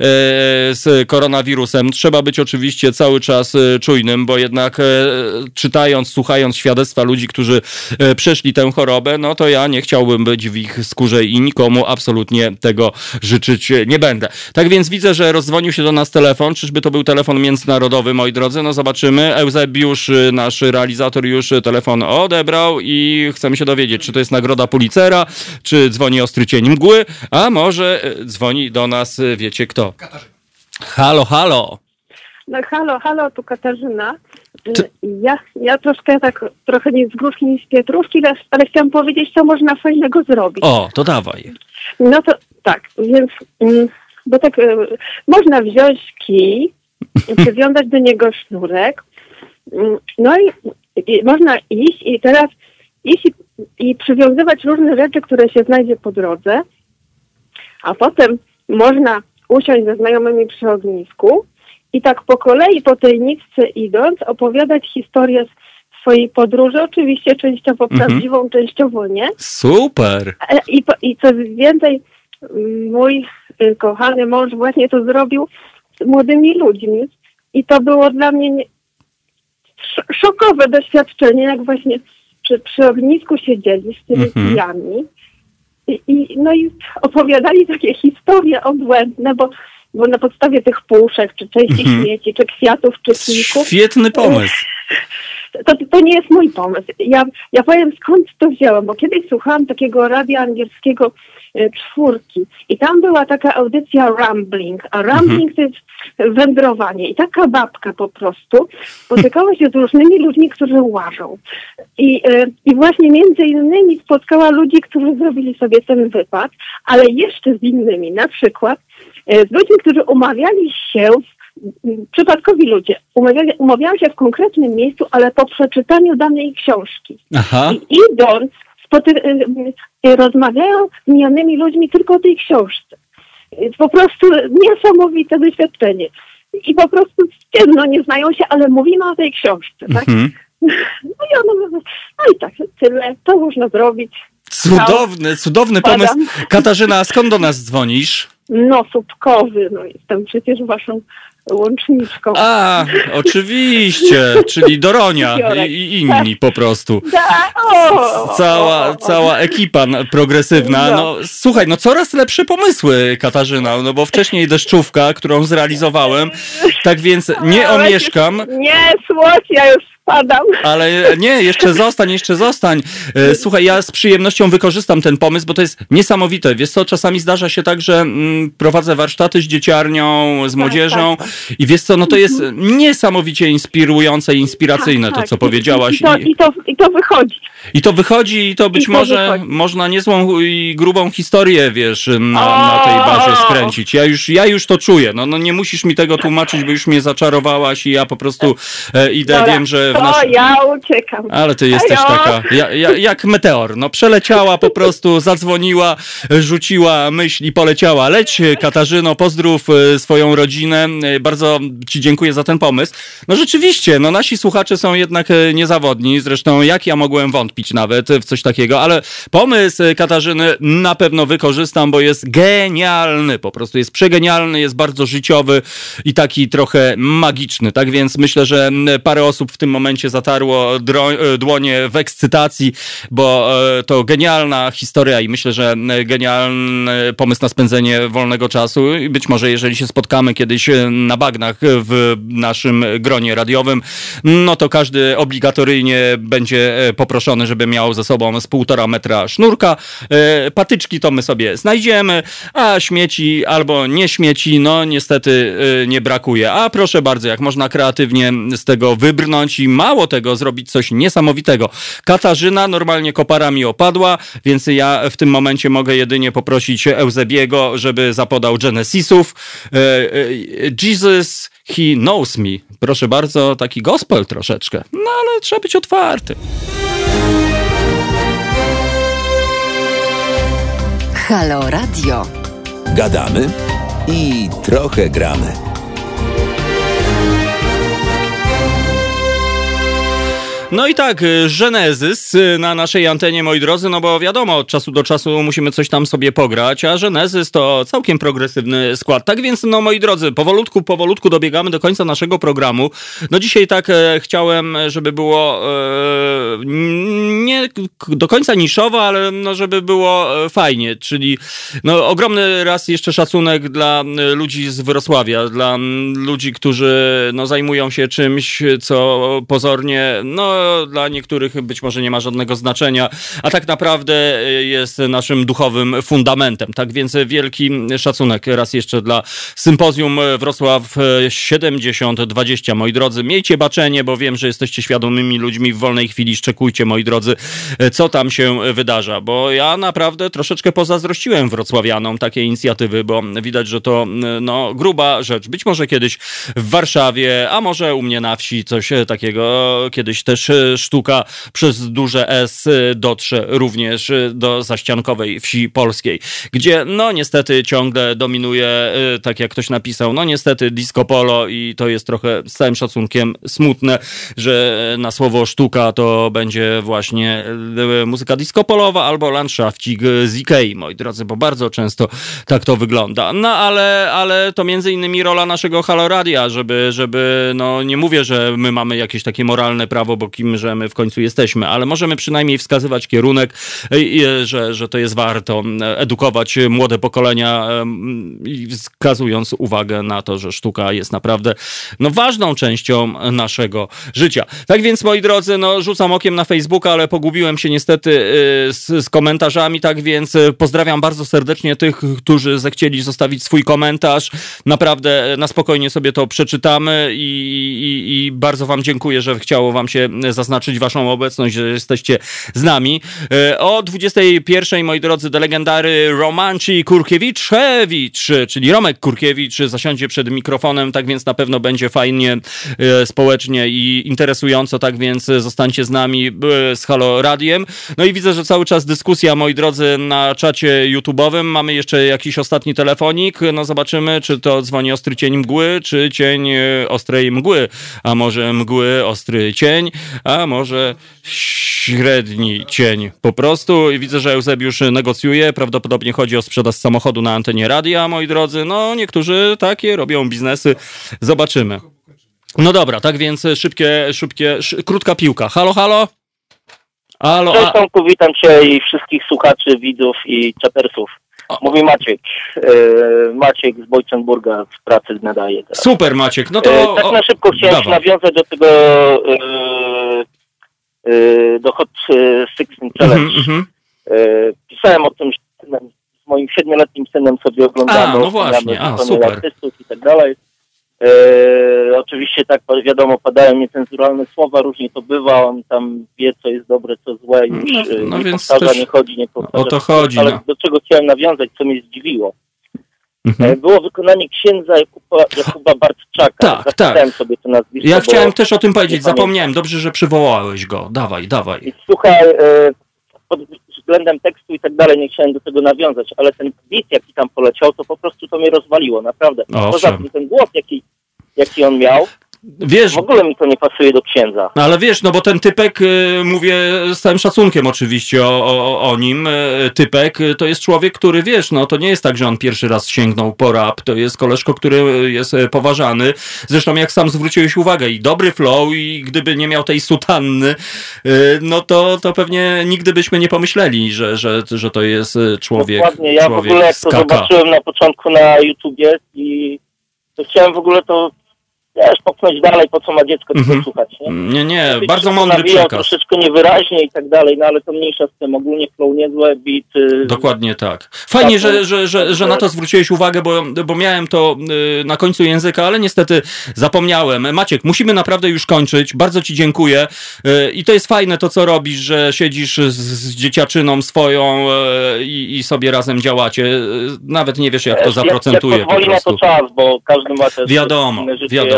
z koronawirusem. Trzeba być oczywiście cały czas czujnym, bo jednak czytając, słuchając świadectwa ludzi, którzy przeszli tę chorobę, no to ja nie chciałbym być w ich skórze i nikomu absolutnie tego życzyć nie będę. Tak więc widzę, że rozdzwonił się do nas telefon. Czyżby to był telefon międzynarodowy, moi drodzy? No zobaczymy. Eusebiusz, nasz realizator, już telefon odebrał i chcemy się dowiedzieć, czy to jest nagroda Pulitzera, czy dzwoni ostry cień mgły, a może dzwoni do nas, wiecie kto. Halo, halo. No halo, tu Katarzyna. Ja trochę nie z gruszki, nie z pietruszki, ale chciałam powiedzieć, co można fajnego zrobić. O, to dawaj. No to tak, więc, bo tak można wziąć kij, przywiązać do niego sznurek, no i można iść i teraz iść i przywiązywać różne rzeczy, które się znajdzie po drodze, a potem można usiąść ze znajomymi przy ognisku i tak po kolei po tej nitce idąc opowiadać historię swojej podróży, oczywiście częściowo prawdziwą, częściowo nie. Super! I co więcej, mój kochany mąż właśnie to zrobił z młodymi ludźmi i to było dla mnie szokowe doświadczenie, jak właśnie przy ognisku siedzieli z tymi kijami i opowiadali takie historie obłędne, bo na podstawie tych puszek, czy części śmieci, czy kwiatów, czy kijków. Świetny pomysł. To nie jest mój pomysł. Ja powiem, skąd to wzięłam, bo kiedyś słuchałam takiego radia angielskiego Czwórki i tam była taka audycja Rambling, a Rambling to jest wędrowanie i taka babka po prostu spotykała się z różnymi ludźmi, którzy łażą i właśnie między innymi spotkała ludzi, którzy zrobili sobie ten wypad, ale jeszcze z innymi, na przykład z ludźmi, którzy umawiali się, przypadkowi ludzie, umawiają się w konkretnym miejscu, ale po przeczytaniu danej książki. Aha. I idąc, rozmawiają z mijanymi ludźmi tylko o tej książce. Po prostu niesamowite doświadczenie. I po prostu ciemno nie znają się, ale mówimy o tej książce, tak? No i tak, tyle. To można zrobić. Cudowny pomysł. Katarzyna, skąd do nas dzwonisz? No, Słupkowy. No, jestem przecież waszą łączniczką. A, oczywiście, czyli Doronia i inni po prostu. Cała ekipa progresywna. No, słuchaj, coraz lepsze pomysły, Katarzyna, bo wcześniej deszczówka, którą zrealizowałem, tak więc nie omieszkam. Nie, słodź, ja już spadam. Ale nie, jeszcze zostań. Słuchaj, ja z przyjemnością wykorzystam ten pomysł, bo to jest niesamowite. Wiesz co, czasami zdarza się tak, że prowadzę warsztaty z dzieciarnią, z młodzieżą i wiesz co, to jest niesamowicie inspirujące i inspiracyjne to, co powiedziałaś. I to wychodzi. I to wychodzi i to być może można niezłą i grubą historię, wiesz, na tej bazie skręcić. Ja już to czuję. No nie musisz mi tego tłumaczyć, bo już mnie zaczarowałaś i ja po prostu idę, dobra, wiem, że... ja uciekam. Ale ty jesteś taka, jak meteor. Przeleciała po prostu, zadzwoniła, rzuciła myśl i poleciała. Leć, Katarzyno, pozdrów swoją rodzinę. Bardzo ci dziękuję za ten pomysł. Rzeczywiście, nasi słuchacze są jednak niezawodni. Zresztą jak ja mogłem wątpić nawet w coś takiego, ale pomysł Katarzyny na pewno wykorzystam, bo jest genialny. Po prostu jest przegenialny, jest bardzo życiowy i taki trochę magiczny. Tak więc myślę, że parę osób w tym momencie zatarło dłonie w ekscytacji, bo to genialna historia i myślę, że genialny pomysł na spędzenie wolnego czasu i być może jeżeli się spotkamy kiedyś na bagnach w naszym gronie radiowym, to każdy obligatoryjnie będzie poproszony, żeby miał ze sobą z 1,5 metra sznurka. Patyczki to my sobie znajdziemy, a śmieci albo nie śmieci, niestety nie brakuje. A proszę bardzo, jak można kreatywnie z tego wybrnąć i mało tego, zrobić coś niesamowitego. Katarzyna normalnie kopara mi opadła, więc ja w tym momencie mogę jedynie poprosić Eusebiego, żeby zapodał Genesisów. Jesus, he knows me. Proszę bardzo, taki gospel troszeczkę. Ale trzeba być otwarty. Halo Radio. Gadamy i trochę gramy. No i tak, Genesis na naszej antenie, moi drodzy, no bo wiadomo, od czasu do czasu musimy coś tam sobie pograć, a Genesis to całkiem progresywny skład. Tak więc, no moi drodzy, powolutku dobiegamy do końca naszego programu. No dzisiaj tak chciałem, żeby było nie do końca niszowo, ale no żeby było fajnie, czyli no ogromny raz jeszcze szacunek dla ludzi z Wrocławia, dla ludzi, którzy no zajmują się czymś, co pozornie, no dla niektórych być może nie ma żadnego znaczenia, a tak naprawdę jest naszym duchowym fundamentem. Tak więc wielki szacunek raz jeszcze dla Sympozjum Wrocław 7020. Moi drodzy, miejcie baczenie, bo wiem, że jesteście świadomymi ludźmi. W wolnej chwili szczekujcie, moi drodzy, co tam się wydarza, bo ja naprawdę troszeczkę pozazdrościłem wrocławianom takiej inicjatywy, bo widać, że to no gruba rzecz. Być może kiedyś w Warszawie, a może u mnie na wsi coś takiego, kiedyś też sztuka przez duże S dotrze również do zaściankowej wsi polskiej, gdzie no niestety ciągle dominuje, tak jak ktoś napisał, no niestety disco polo i to jest trochę z całym szacunkiem smutne, że na słowo sztuka to będzie właśnie muzyka disco polowa albo landschaftik z Ikei, moi drodzy, bo bardzo często tak to wygląda. No ale to między innymi rola naszego Halo Radia, żeby no nie mówię, że my mamy jakieś takie moralne prawo, bo kim, że my w końcu jesteśmy, ale możemy przynajmniej wskazywać kierunek, że to jest warto edukować młode pokolenia, wskazując uwagę na to, że sztuka jest naprawdę no ważną częścią naszego życia. Tak więc, moi drodzy, no rzucam okiem na Facebooka, ale pogubiłem się niestety z komentarzami, tak więc pozdrawiam bardzo serdecznie tych, którzy zechcieli zostawić swój komentarz. Naprawdę na spokojnie sobie to przeczytamy i bardzo wam dziękuję, że chciało wam się zaznaczyć waszą obecność, że jesteście z nami. O 21:00, moi drodzy, de legendary Romanci Kurkiewicz, czyli Romek Kurkiewicz zasiądzie przed mikrofonem, tak więc na pewno będzie fajnie, społecznie i interesująco, tak więc zostańcie z nami z Halo Radiem. No i widzę, że cały czas dyskusja, moi drodzy, na czacie YouTube'owym. Mamy jeszcze jakiś ostatni telefonik, no zobaczymy, czy to dzwoni ostry cień mgły, czy cień ostrej mgły, a może mgły ostry cień, a może średni cień po prostu. I widzę, że Eusebiusz negocjuje, prawdopodobnie chodzi o sprzedaż samochodu na antenie radia, moi drodzy. No niektórzy takie robią biznesy, zobaczymy. No dobra, tak więc krótka piłka. Halo, halo? Halo, Cześć Tomku, witam Cię i wszystkich słuchaczy, widzów i czapersów. Mówi Maciek. Maciek z Bojcenburga z pracy nadaje teraz. Super, Maciek. No to tak na szybko chciałem się nawiązać do tego do Hot 16 Challenge. Pisałem o tym, że z moim 7-letnim synem sobie oglądamy. No właśnie, super. Artystów i tak dalej. Oczywiście tak, wiadomo, padają niecenzuralne słowa, różnie to bywa, on tam wie, co jest dobre, co złe, już nie więc powtarza, nie chodzi, nie powtarza. O to chodzi. Ale do czego chciałem nawiązać, co mnie zdziwiło. Było wykonanie księdza Jakuba Bartczaka. Tak. Sobie to nazwisko. Ja chciałem też o tym powiedzieć, zapomniałem. Dobrze, że przywołałeś go. Dawaj. I słuchaj, pod względem tekstu i tak dalej nie chciałem do tego nawiązać, ale ten beat, jaki tam poleciał, to po prostu to mnie rozwaliło, naprawdę. Poza tym ten głos, jaki on miał, wiesz, w ogóle mi to nie pasuje do księdza. No ale wiesz, no bo ten typek, mówię z całym szacunkiem oczywiście o nim, typek to jest człowiek, który wiesz, no to nie jest tak, że on pierwszy raz sięgnął po rap, to jest koleżko, który jest poważany. Zresztą jak sam zwróciłeś uwagę i dobry flow i gdyby nie miał tej sutanny, no to pewnie nigdy byśmy nie pomyśleli, że to jest człowiek. Dokładnie, ja w ogóle jak to zobaczyłem na początku na YouTubie i to chciałem w ogóle to popchnąć dalej, po co ma dziecko tylko słuchać, nie? Nie, bardzo mądry przekaz. Troszeczkę niewyraźnie i tak dalej, no ale to mniejsza z tym, ogólnie flow niezłe, beat... Dokładnie tak. Fajnie, że na to zwróciłeś uwagę, bo miałem to na końcu języka, ale niestety zapomniałem. Maciek, musimy naprawdę już kończyć. Bardzo ci dziękuję. I to jest fajne to, co robisz, że siedzisz z dzieciaczyną swoją i sobie razem działacie. Nawet nie wiesz, jak to zaprocentuje. Jak pozwoli na to czas, bo każdy ma też inne życie. Wiadomo.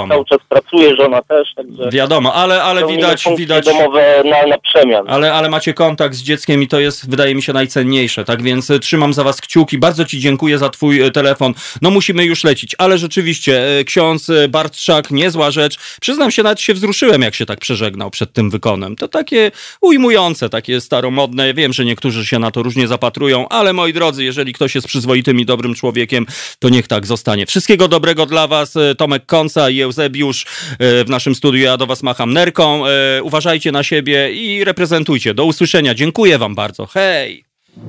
wiadomo. Cały czas pracuje, żona też, także... Wiadomo, ale widać domowe na przemian. Ale macie kontakt z dzieckiem i to jest, wydaje mi się, najcenniejsze, tak więc trzymam za was kciuki, bardzo ci dziękuję za twój telefon. No musimy już lecieć, ale rzeczywiście ksiądz Bartczak, niezła rzecz. Przyznam się, nawet się wzruszyłem, jak się tak przeżegnał przed tym wykonem. To takie ujmujące, takie staromodne. Wiem, że niektórzy się na to różnie zapatrują, ale moi drodzy, jeżeli ktoś jest przyzwoitym i dobrym człowiekiem, to niech tak zostanie. Wszystkiego dobrego dla was. Tomek Konca i Eusebiusz w naszym studiu. Ja do was macham nerką. Uważajcie na siebie i reprezentujcie. Do usłyszenia. Dziękuję wam bardzo. Hej!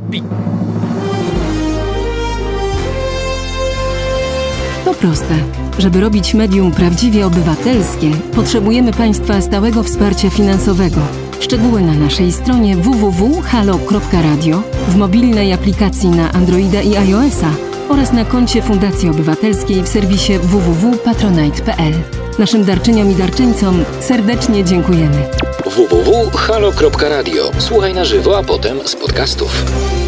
To proste. Żeby robić medium prawdziwie obywatelskie, potrzebujemy Państwa stałego wsparcia finansowego. Szczegóły na naszej stronie www.halo.radio, w mobilnej aplikacji na Androida i iOS-a oraz na koncie Fundacji Obywatelskiej w serwisie www.patronite.pl. Naszym darczyniom i darczyńcom serdecznie dziękujemy. www.halo.radio. Słuchaj na żywo, a potem z podcastów.